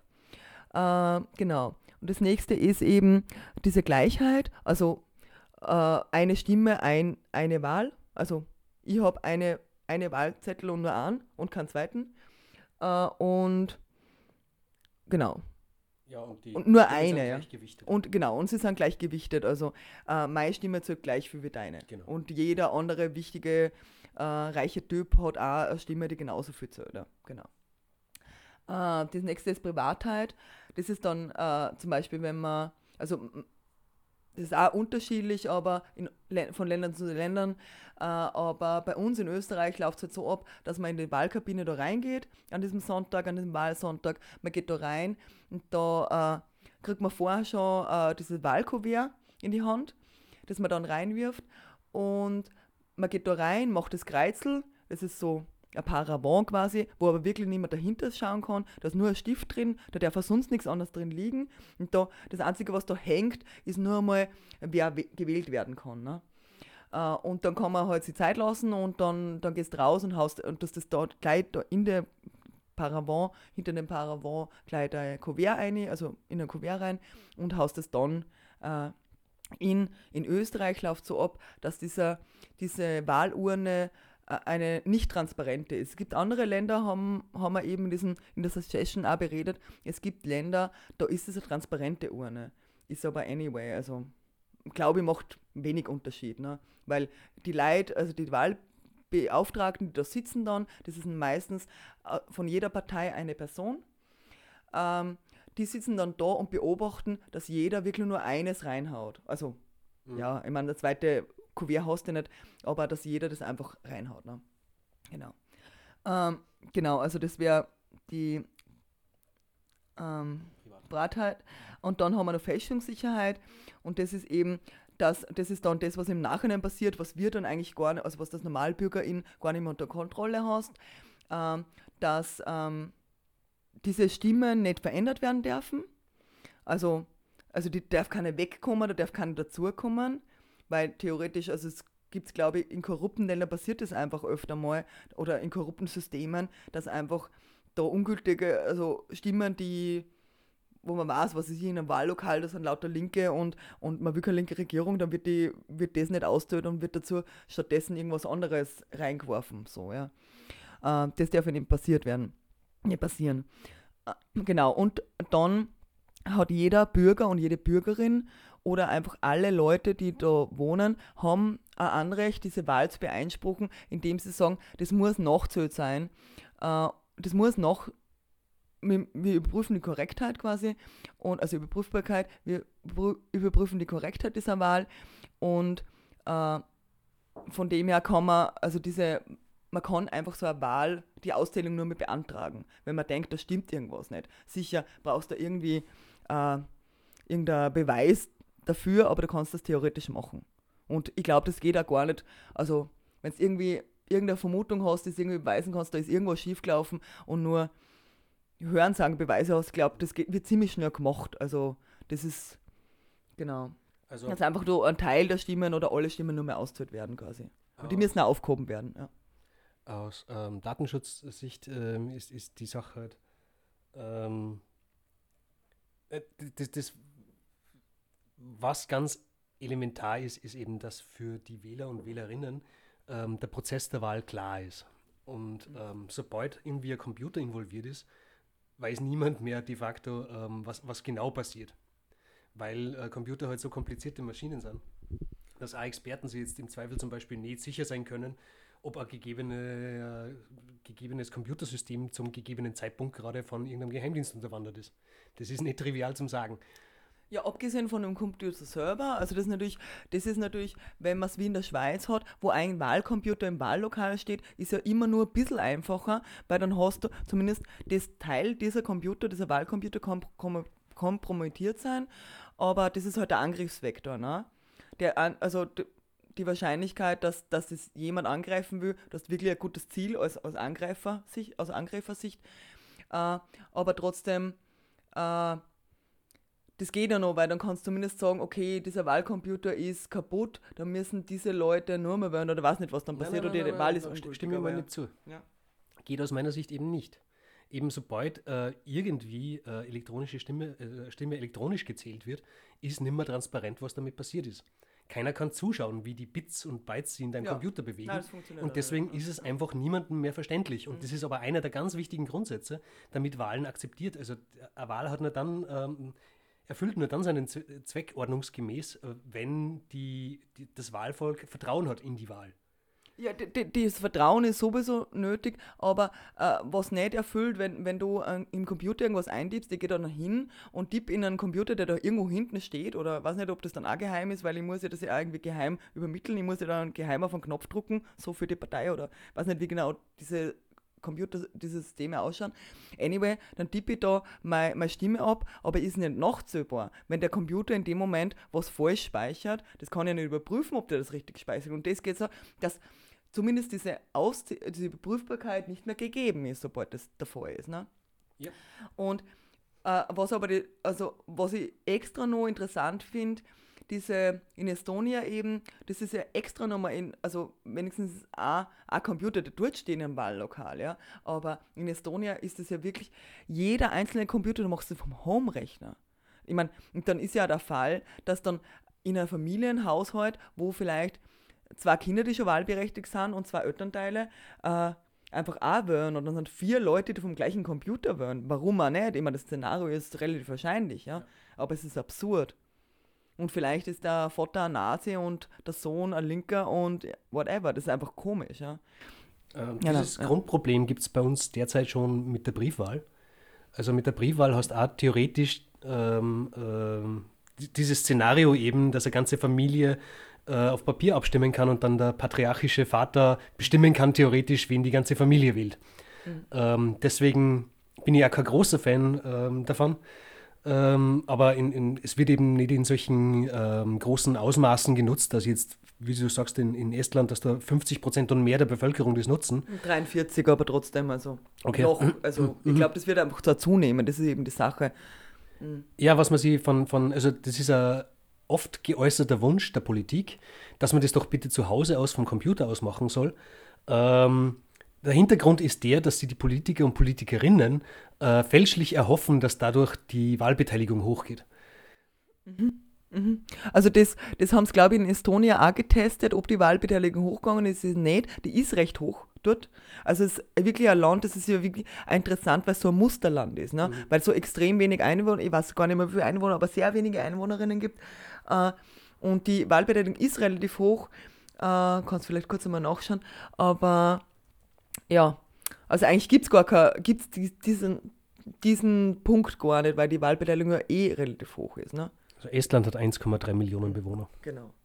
Genau. Und das nächste ist eben diese Gleichheit, also eine Stimme, eine Wahl. Also ich habe eine Wahlzettel und nur einen und keinen zweiten. Und genau. Ja, und nur eine, ja. Und genau, und sie sind gleich gewichtet. Also meine Stimme zählt gleich viel wie deine. Genau. Und jeder andere wichtige, reiche Typ hat auch eine Stimme, die genauso viel zählt. Ja. Genau. Das nächste ist Privatheit. Das ist dann zum Beispiel, wenn man, also das ist auch unterschiedlich, aber von Ländern zu Ländern. Aber bei uns in Österreich läuft es halt so ab, dass man in die Wahlkabine da reingeht, an diesem Wahlsonntag. Man geht da rein und da kriegt man vorher schon dieses Wahlkuvert in die Hand, das man dann reinwirft. Und man geht da rein, macht das Kreuzel, das ist so ein Paravent quasi, wo aber wirklich niemand dahinter schauen kann. Da ist nur ein Stift drin, da darf auch sonst nichts anderes drin liegen. Und da, das Einzige, was da hängt, ist nur einmal, wer gewählt werden kann. Ne? Und dann kann man halt sich Zeit lassen und dann gehst du raus und haust, und das dort gleich da in der Paravent, hinter dem Paravent gleich ein Kuvert rein, also in ein Kuvert rein und haust das dann in Österreich läuft so ab, dass diese Wahlurne eine nicht transparente ist. Es gibt andere Länder, haben wir eben in der Session auch beredet, es gibt Länder, da ist es eine transparente Urne. Ist aber anyway, also glaube ich, macht wenig Unterschied, ne? Weil die Leute, also die Wahlbeauftragten, die da sitzen dann, das ist meistens von jeder Partei eine Person, die sitzen dann da und beobachten, dass jeder wirklich nur eines reinhaut. Also, ja, ich meine, der zweite Kuvert hast du nicht, aber dass jeder das einfach reinhaut. Ne? Genau. Genau, also das wäre die Privatheit. Und dann haben wir noch Fälschungssicherheit und das ist eben, das ist dann das, was im Nachhinein passiert, was wir dann eigentlich gar nicht, also was das Normalbürgerin gar nicht mehr unter Kontrolle hast, dass diese Stimmen nicht verändert werden dürfen. Also die darf keine wegkommen, da darf keine dazukommen. Weil theoretisch, also es gibt, glaube ich, in korrupten Ländern passiert das einfach öfter mal oder in korrupten Systemen, dass einfach da ungültige, also Stimmen, wo man weiß, was ist hier in einem Wahllokal, das sind lauter Linke und man will keine linke Regierung, dann wird das nicht ausgezählt und wird dazu stattdessen irgendwas anderes reingeworfen. So, ja. Das darf nicht passieren. Genau, und dann hat jeder Bürger und jede Bürgerin oder einfach alle Leute, die da wohnen, haben ein Anrecht, diese Wahl zu beeinspruchen, indem sie sagen, das muss nachzählt sein. Das muss wir überprüfen die Korrektheit quasi, also Überprüfbarkeit, wir überprüfen die Korrektheit dieser Wahl und von dem her kann man kann einfach so eine Wahl, die Auszählung nur mit beantragen, wenn man denkt, da stimmt irgendwas nicht. Sicher brauchst du irgendwie irgendein Beweis dafür, aber du kannst das theoretisch machen. Und ich glaube, das geht auch gar nicht, also wenn du irgendwie irgendeine Vermutung hast, das irgendwie beweisen kannst, da ist irgendwas schiefgelaufen und nur Hörensagen Beweise hast, glaubt, das wird ziemlich schnell gemacht. Also das ist, genau. Also Dass einfach nur ein Teil der Stimmen oder alle Stimmen nur mehr ausgezählt werden quasi. Und die müssen auch aufgehoben werden, ja. aus Datenschutzsicht ist die Sache halt, das, was ganz elementar ist eben, dass für die Wähler und Wählerinnen der Prozess der Wahl klar ist. Und sobald irgendwie ein Computer involviert ist, weiß niemand mehr de facto, was genau passiert. Weil Computer halt so komplizierte Maschinen sind, dass auch Experten sich jetzt im Zweifel zum Beispiel nicht sicher sein können, ob ein gegebenes Computersystem zum gegebenen Zeitpunkt gerade von irgendeinem Geheimdienst unterwandert ist. Das ist nicht trivial zum Sagen. Ja, abgesehen von dem Computer selber, also das ist natürlich, wenn man es wie in der Schweiz hat, wo ein Wahlcomputer im Wahllokal steht, ist ja immer nur ein bisschen einfacher, weil dann hast du zumindest das Teil dieser Wahlcomputer kann kompromittiert sein, aber das ist halt der Angriffsvektor, ne? Die Wahrscheinlichkeit, dass das jemand angreifen will, das ist wirklich ein gutes Ziel aus Angreifersicht, aber trotzdem, das geht ja noch, weil dann kannst du zumindest sagen, okay, dieser Wahlcomputer ist kaputt, dann müssen diese Leute nur mehr wählen oder weiß nicht, was dann passiert, oder die Wahl ist ungültig. Stimme ich mal nicht zu. Ja. Geht aus meiner Sicht eben nicht. Eben sobald irgendwie elektronische Stimme elektronisch gezählt wird, ist nicht mehr transparent, was damit passiert ist. Keiner kann zuschauen, wie die Bits und Bytes sich in deinem Computer bewegen. Nein, das funktioniert und deswegen ist es einfach niemandem mehr verständlich. Und das ist aber einer der ganz wichtigen Grundsätze, damit Wahlen akzeptiert. Also eine Wahl hat nur dann, erfüllt nur dann seinen Zweck ordnungsgemäß, wenn das Wahlvolk Vertrauen hat in die Wahl. Ja, das Vertrauen ist sowieso nötig, aber was nicht erfüllt, wenn du im Computer irgendwas eintippst, ich gehe da noch hin und tipp in einen Computer, der da irgendwo hinten steht, oder weiß nicht, ob das dann auch geheim ist, weil ich muss ja das ja irgendwie geheim übermitteln, ich muss ja dann geheim auf einen Knopf drücken, so für die Partei, oder weiß nicht, wie genau diese Systeme ausschauen. Anyway, dann tippe ich da meine Stimme ab, aber ist nicht nachzählbar. Wenn der Computer in dem Moment was falsch speichert, das kann ich nicht überprüfen, ob der das richtig speichert. Und das geht so, dass zumindest diese Überprüfbarkeit nicht mehr gegeben ist, sobald das der Fall ist. Ne? Ja. Und was ich extra noch interessant finde, in Estonia eben, das ist ja extra nochmal also wenigstens ein Computer, der dort steht im Wahllokal, ja, aber in Estonia ist das ja wirklich, jeder einzelne Computer, du machst das vom Home-Rechner. Ich meine, und dann ist ja der Fall, dass dann in einem Familienhaushalt, wo vielleicht 2 Kinder, die schon wahlberechtigt sind und 2 Elternteile, einfach auch wählen und dann sind 4 Leute, die vom gleichen Computer wählen. Warum auch nicht? Ich meine, das Szenario ist relativ wahrscheinlich, ja, aber es ist absurd. Und vielleicht ist der Vater ein Nazi und der Sohn ein Linker und whatever. Das ist einfach komisch. Ja? Dieses Grundproblem gibt es bei uns derzeit schon mit der Briefwahl. Also mit der Briefwahl hast du auch theoretisch dieses Szenario eben, dass eine ganze Familie auf Papier abstimmen kann und dann der patriarchische Vater bestimmen kann theoretisch, wen die ganze Familie wählt. Deswegen bin ich auch kein großer Fan davon. Aber es wird eben nicht in solchen großen Ausmaßen genutzt, dass jetzt, wie du sagst, in Estland, dass da 50% und mehr der Bevölkerung das nutzen. 43, aber trotzdem, also okay. Noch, also ich glaube, das wird einfach da zunehmen, das ist eben die Sache. Ja, was man sich also das ist ein oft geäußerter Wunsch der Politik, dass man das doch bitte zu Hause aus vom Computer aus machen soll. Der Hintergrund ist der, dass sie die Politiker und Politikerinnen fälschlich erhoffen, dass dadurch die Wahlbeteiligung hochgeht. Also das haben sie, glaube ich, in Estonia auch getestet, ob die Wahlbeteiligung hochgegangen ist, ist nicht. Die ist recht hoch dort. Also es ist wirklich ein Land, das ist ja wirklich interessant, weil es so ein Musterland ist. Ne? Weil es so extrem wenig Einwohner, ich weiß gar nicht mehr wie viele Einwohner, aber sehr wenige Einwohnerinnen gibt. Und die Wahlbeteiligung ist relativ hoch. Kannst vielleicht kurz einmal nachschauen. Aber ja, also eigentlich gibt's diesen Punkt gar nicht, weil die Beteiligung ja relativ hoch ist. Ne? Also Estland hat 1,3 Millionen Bewohner. Genau,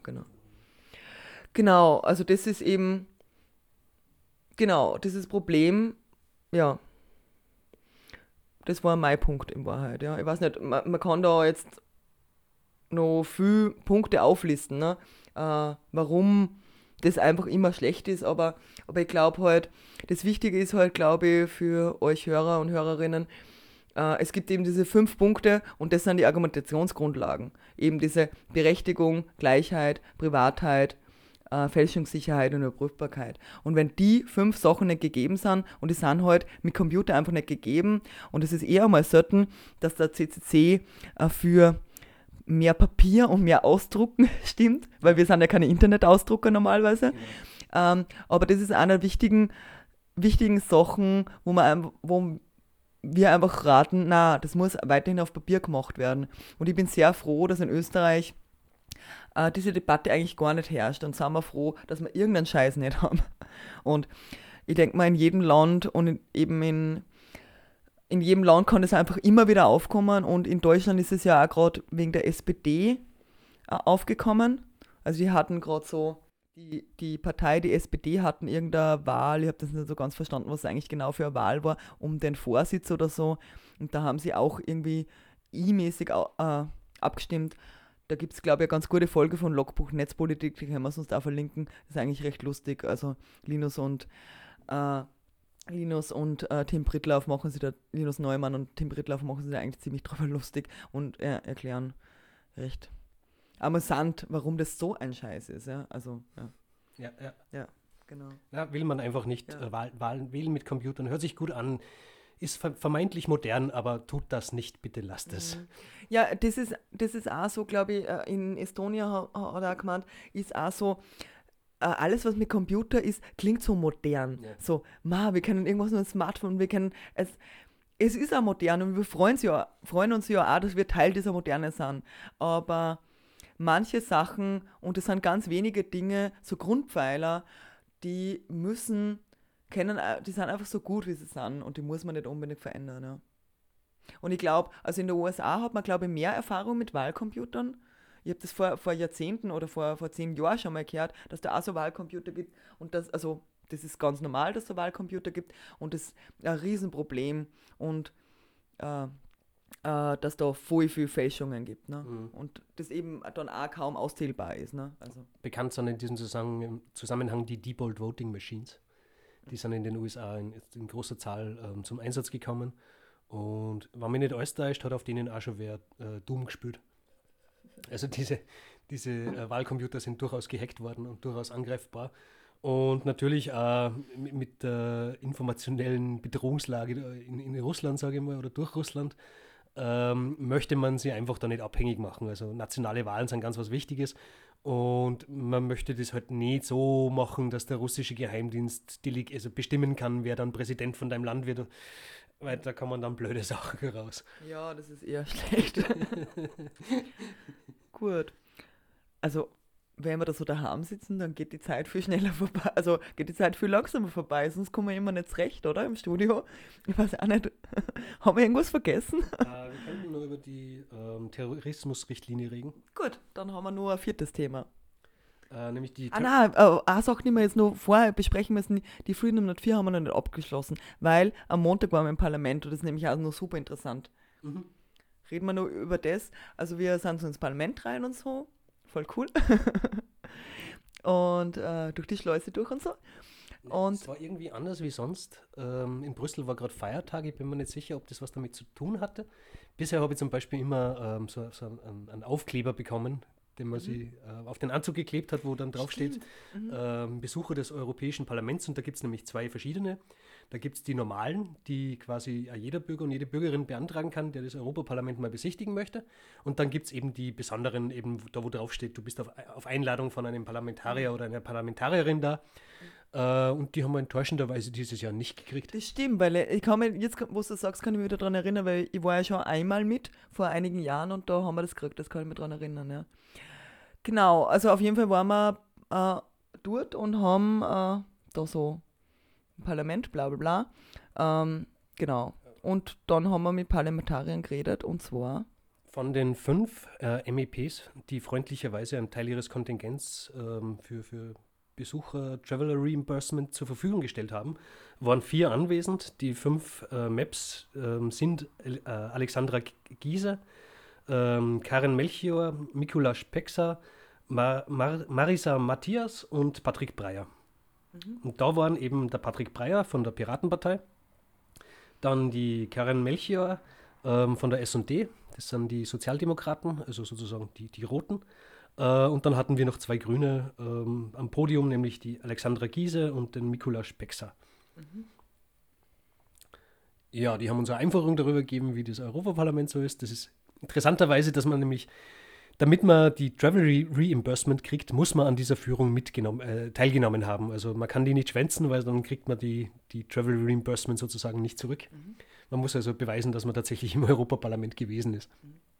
Genau, also das ist eben, dieses Problem, ja. Das war mein Punkt in Wahrheit, ja. Ich weiß nicht, man kann da jetzt noch viele Punkte auflisten, ne? Warum das einfach immer schlecht ist, aber ich glaube halt, das Wichtige ist halt, glaube ich, für euch Hörer und Hörerinnen, es gibt eben diese 5 Punkte und das sind die Argumentationsgrundlagen. Eben diese Berechtigung, Gleichheit, Privatheit, Fälschungssicherheit und Überprüfbarkeit. Und wenn die 5 Sachen nicht gegeben sind, und die sind halt mit Computer einfach nicht gegeben, und es ist eher mal selten, dass der CCC für mehr Papier und mehr Ausdrucken stimmt, weil wir sind ja keine Internetausdrucker normalerweise. Aber das ist einer der wichtigen Sachen, wo wir einfach raten, das muss weiterhin auf Papier gemacht werden. Und ich bin sehr froh, dass in Österreich diese Debatte eigentlich gar nicht herrscht, und sind wir froh, dass wir irgendeinen Scheiß nicht haben. Und ich denke mal, in jedem Land und in jedem Land kann das einfach immer wieder aufkommen, und in Deutschland ist es ja auch gerade wegen der SPD aufgekommen. Also die hatten gerade so, die Partei, die SPD, hatten irgendeine Wahl, ich habe das nicht so ganz verstanden, was eigentlich genau für eine Wahl war, um den Vorsitz oder so, und da haben sie auch irgendwie I-mäßig abgestimmt. Da gibt es, glaube ich, eine ganz gute Folge von Logbuch Netzpolitik, die können wir uns da verlinken. Das ist eigentlich recht lustig. Also Linus und Tim Prittlauf machen sie da, Linus Neumann und Tim Prittlauf machen sie da eigentlich ziemlich drüber lustig und erklären recht amüsant, warum das so ein Scheiß ist. Ja, also, ja. Ja, genau. Ja, will man einfach nicht Wahlen wählen mit Computern. Hört sich gut an, ist vermeintlich modern, aber tut das nicht, bitte lasst es. Ja, das ist auch so, glaube ich, in Estonia hat er auch gemeint, ist auch so, alles, was mit Computer ist, klingt so modern. Ja. So, wir können irgendwas mit dem Smartphone, wir können es ist auch modern, und wir freuen uns ja auch, dass wir Teil dieser Moderne sind. Aber manche Sachen, und das sind ganz wenige Dinge, so Grundpfeiler, die sind einfach so gut, wie sie sind, und die muss man nicht unbedingt verändern. Ja. Und ich glaube, also in den USA hat man, glaube ich, mehr Erfahrung mit Wahlcomputern. Ich habe das vor Jahrzehnten oder vor 10 Jahren schon mal gehört, dass da auch so Wahlcomputer gibt, und das ist ganz normal, dass es so Wahlcomputer gibt, und das ist ein Riesenproblem, und dass da voll viel Fälschungen gibt. Ne? Mhm. Und das eben dann auch kaum auszählbar ist. Ne? Also. Bekannt sind in diesem Zusammenhang die Diebold Voting Machines. Die sind in den USA in großer Zahl zum Einsatz gekommen. Und wenn mich nicht alles täuscht, hat auf denen auch schon wer Doom gespielt. Also diese Wahlcomputer sind durchaus gehackt worden und durchaus angreifbar. Und natürlich mit der informationellen Bedrohungslage in Russland, sage ich mal, oder durch Russland, möchte man sie einfach da nicht abhängig machen. Also nationale Wahlen sind ganz was Wichtiges, und man möchte das halt nicht so machen, dass der russische Geheimdienst bestimmen kann, wer dann Präsident von deinem Land wird, weil da kann man dann blöde Sachen raus. Ja, das ist eher schlecht. Gut. Also, wenn wir da so daheim sitzen, dann geht die Zeit viel schneller vorbei, also geht die Zeit viel langsamer vorbei, sonst kommen wir immer nicht zurecht, oder? Im Studio. Ich weiß auch nicht, haben wir irgendwas vergessen? Wir könnten nur über die Terrorismusrichtlinie reden. Gut, dann haben wir nur ein 4. Thema. Nämlich die... eine Sache, die wir jetzt noch vorher besprechen müssen, die Freedom Note 4 haben wir noch nicht abgeschlossen, weil am Montag waren wir im Parlament, und das ist nämlich auch noch super interessant. Mhm. Reden wir nur über das, also wir sind so ins Parlament rein und so, voll cool. Und durch die Schleuse durch und so. Und es war irgendwie anders wie sonst. In Brüssel war gerade Feiertag, ich bin mir nicht sicher, ob das was damit zu tun hatte. Bisher habe ich zum Beispiel immer so einen Aufkleber bekommen, den man sich auf den Anzug geklebt hat, wo dann draufsteht, Besucher des Europäischen Parlaments, und da gibt es nämlich 2 verschiedene. Da gibt es die normalen, die quasi jeder Bürger und jede Bürgerin beantragen kann, der das Europaparlament mal besichtigen möchte. Und dann gibt es eben die besonderen, eben da wo draufsteht, du bist auf Einladung von einem Parlamentarier oder einer Parlamentarierin da. Und die haben wir enttäuschenderweise dieses Jahr nicht gekriegt. Das stimmt, weil ich kann mich, jetzt, wo du sagst, kann ich mich wieder daran erinnern, weil ich war ja schon einmal mit, vor einigen Jahren, und da haben wir das gekriegt, das kann ich mich daran erinnern, ja. Genau, also auf jeden Fall waren wir dort und haben da so im Parlament, bla bla bla, genau. Und dann haben wir mit Parlamentariern geredet, und zwar... Von den 5 MEPs, die freundlicherweise einen Teil ihres Kontingents für Besucher Traveler Reimbursement zur Verfügung gestellt haben, waren 4 anwesend. Die 5 MEPs sind Alexandra Gieser, Karen Melchior, Mikuláš Peksa, Marisa Matthias und Patrick Breyer. Und da waren eben der Patrick Breyer von der Piratenpartei, dann die Karen Melchior von der S&D, das sind die Sozialdemokraten, also sozusagen die Roten. Und dann hatten wir noch 2 Grüne am Podium, nämlich die Alexandra Giese und den Mikulaš Peksa. Ja, die haben uns eine Einführung darüber gegeben, wie das Europaparlament so ist. Das ist interessanterweise, dass man nämlich, damit man die Travel Reimbursement kriegt, muss man an dieser Führung teilgenommen haben. Also man kann die nicht schwänzen, weil dann kriegt man die Travel Reimbursement sozusagen nicht zurück. Man muss also beweisen, dass man tatsächlich im Europaparlament gewesen ist.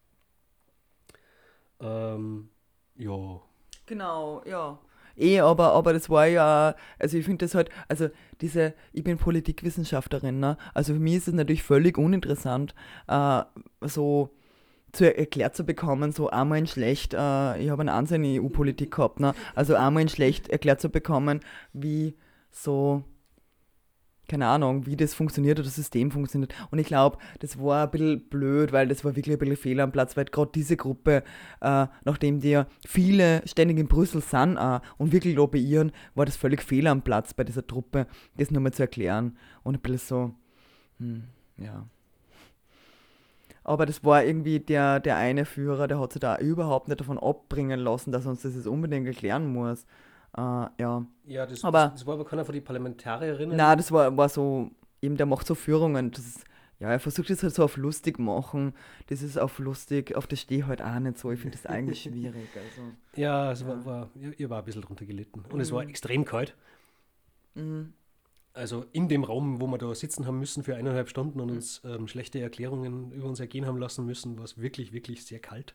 Ja. Genau, ja. Aber das war ja, also ich finde das halt, also ich bin Politikwissenschaftlerin, ne? Also für mich ist es natürlich völlig uninteressant, so erklärt zu bekommen, so einmal in schlecht, ich habe einen Ansehen in EU-Politik gehabt, ne? Also einmal in schlecht erklärt zu bekommen, wie so, keine Ahnung, wie das funktioniert oder das System funktioniert. Und ich glaube, das war ein bisschen blöd, weil das war wirklich ein bisschen Fehler am Platz, weil gerade diese Gruppe, nachdem die ja viele ständig in Brüssel sind und wirklich lobbyieren, war das völlig Fehler am Platz bei dieser Truppe, das nochmal zu erklären. Und ein bisschen so, ja. Aber das war irgendwie der eine Führer, der hat sich da überhaupt nicht davon abbringen lassen, dass er uns das jetzt unbedingt erklären muss. Ja. Ja, das Aber- war aber keiner von den Parlamentarierinnen. Nein, das war so, eben der macht so Führungen. Das ist, ja, er versucht das halt so auf lustig machen. Das ist auf lustig, auf das stehe ich halt auch nicht so. Ich finde das eigentlich schwierig. Also. Ja, ihr war ein bisschen drunter gelitten. Und es war extrem kalt. Also in dem Raum, wo wir da sitzen haben müssen für 1,5 Stunden und uns schlechte Erklärungen über uns ergehen haben lassen müssen, war es wirklich, wirklich sehr kalt.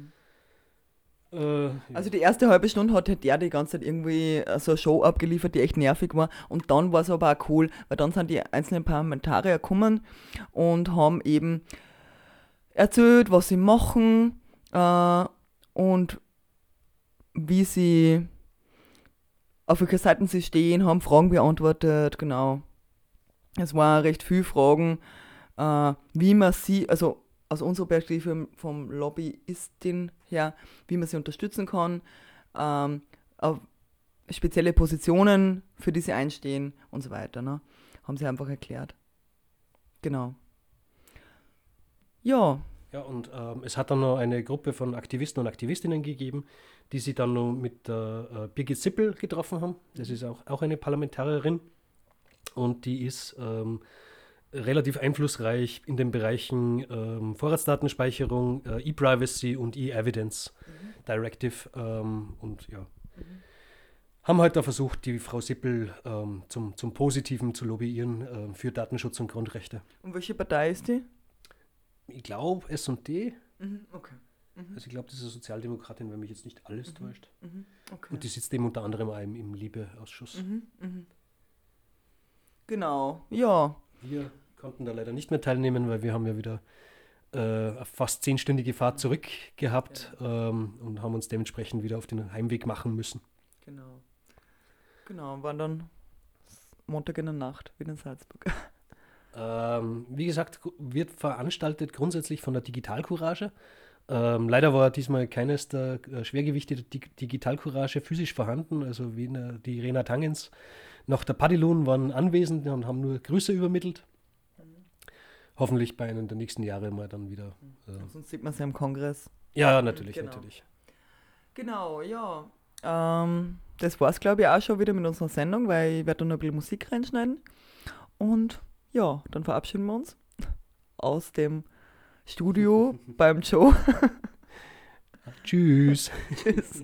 Also die erste halbe Stunde hat halt der die ganze Zeit irgendwie so eine Show abgeliefert, die echt nervig war. Und dann war es aber auch cool, weil dann sind die einzelnen Parlamentarier gekommen und haben eben erzählt, was sie machen und wie sie, auf welcher Seite sie stehen, haben Fragen beantwortet, genau. Es waren recht viele Fragen, wie man sie, also aus unserer Perspektive vom Lobbyistin her, wie man sie unterstützen kann, auf spezielle Positionen, für die sie einstehen und so weiter. Ne? Haben sie einfach erklärt. Genau. Ja. Ja, und es hat dann noch eine Gruppe von Aktivisten und Aktivistinnen gegeben, die sich dann noch mit Birgit Sippel getroffen haben. Das ist auch eine Parlamentarierin und die ist relativ einflussreich in den Bereichen Vorratsdatenspeicherung, E-Privacy und E-Evidence Directive und ja. Haben halt da versucht, die Frau Sippel zum Positiven zu lobbyieren für Datenschutz und Grundrechte. Und welche Partei ist die? Ich glaube S&D. Okay. Also ich glaube, das ist eine Sozialdemokratin, wenn mich jetzt nicht alles täuscht. Okay. Und die sitzt eben unter anderem auch im Liebe-Ausschuss. Genau, ja. Wir konnten da leider nicht mehr teilnehmen, weil wir haben ja wieder eine fast 10-stündige Fahrt zurück gehabt und haben uns dementsprechend wieder auf den Heimweg machen müssen. Genau, waren dann Montag in der Nacht wieder in Salzburg. Wie gesagt, wird veranstaltet grundsätzlich von der Digitalcourage. Leider war diesmal keines der Schwergewichte der Digitalcourage physisch vorhanden. Also weder die Rena Tangens noch der Padilun waren anwesend und haben nur Grüße übermittelt. Hoffentlich bei einem der nächsten Jahre mal dann wieder. Sonst sieht man es ja im Kongress. Ja, natürlich, Genau. natürlich. Genau, ja. Das war es, glaube ich, auch schon wieder mit unserer Sendung, weil ich werde dann noch ein bisschen Musik reinschneiden. Und ja, dann verabschieden wir uns aus dem Studio beim Joe. Tschüss. Tschüss.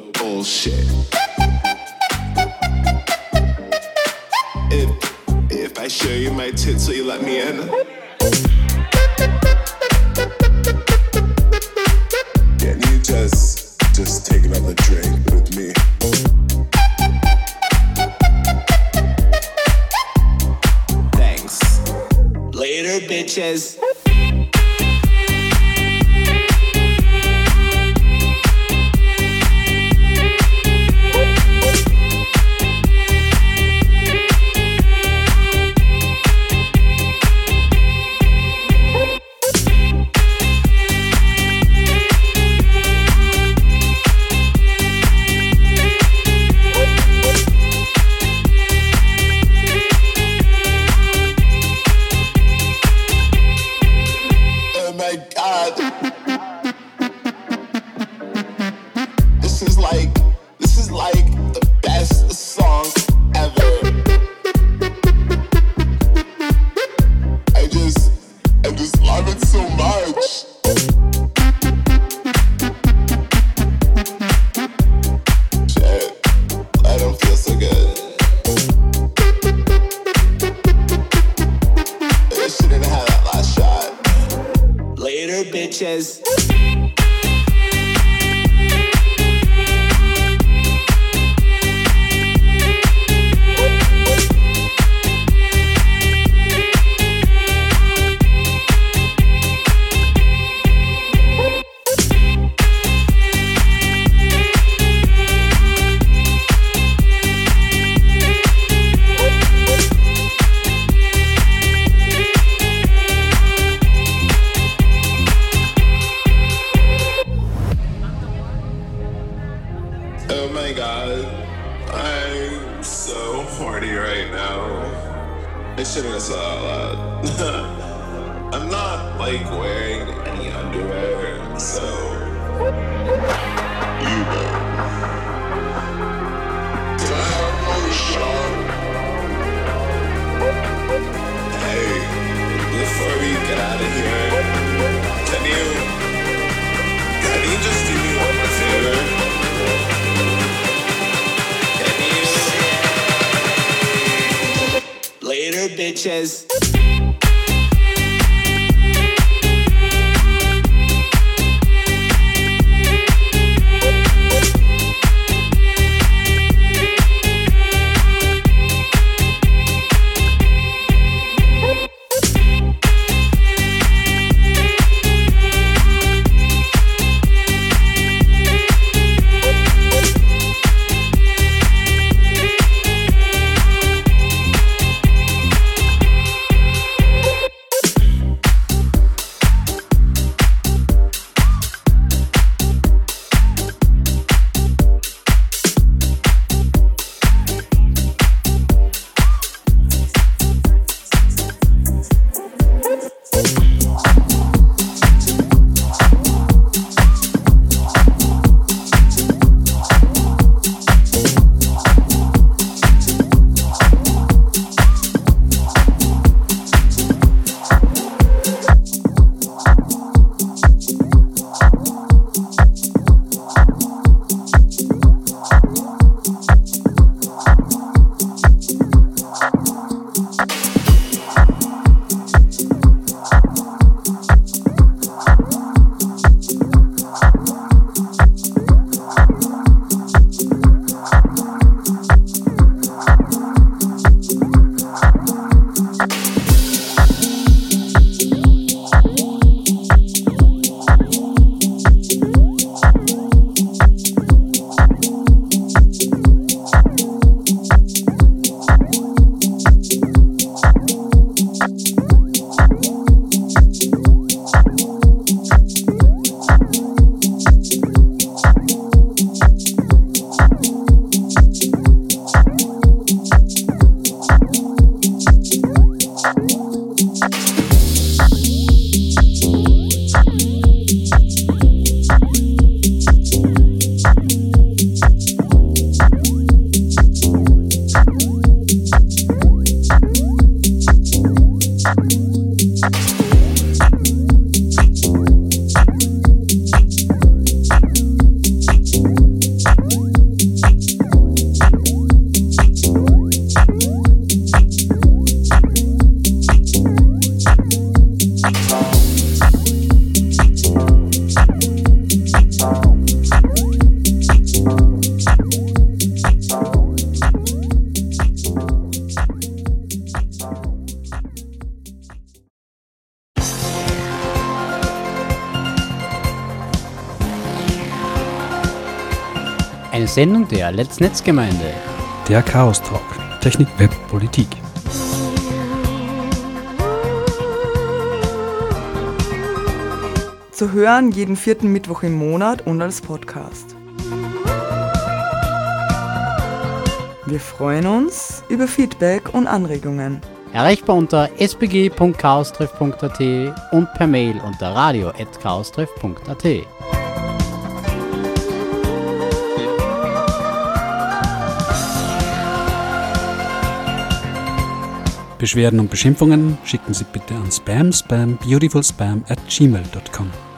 of bullshit. If I show you my tits, will you let me in? Can you just take another drink with me? Thanks. Later, bitches. This is like the best song ever. I just love it so much. Shit, I don't feel so good. I shouldn't have had that last shot. Later, bitches. Oh my god, I'm so horny right now. I shouldn't have said that out loud. I'm not like wearing any underwear, so you know. Can I have another shot? Hey, before we get out of here, can you just do me one favor? Later, bitches. Eine Sendung der Let's Netzgemeinde. Der Chaos Talk. Technik, Web, Politik. Zu hören jeden 4. Mittwoch im Monat und als Podcast. Wir freuen uns über Feedback und Anregungen. Erreichbar unter spg.chaostreff.at und per Mail unter radio@chaostreff.at. Beschwerden und Beschimpfungen schicken Sie bitte an spambeautifulspam@gmail.com.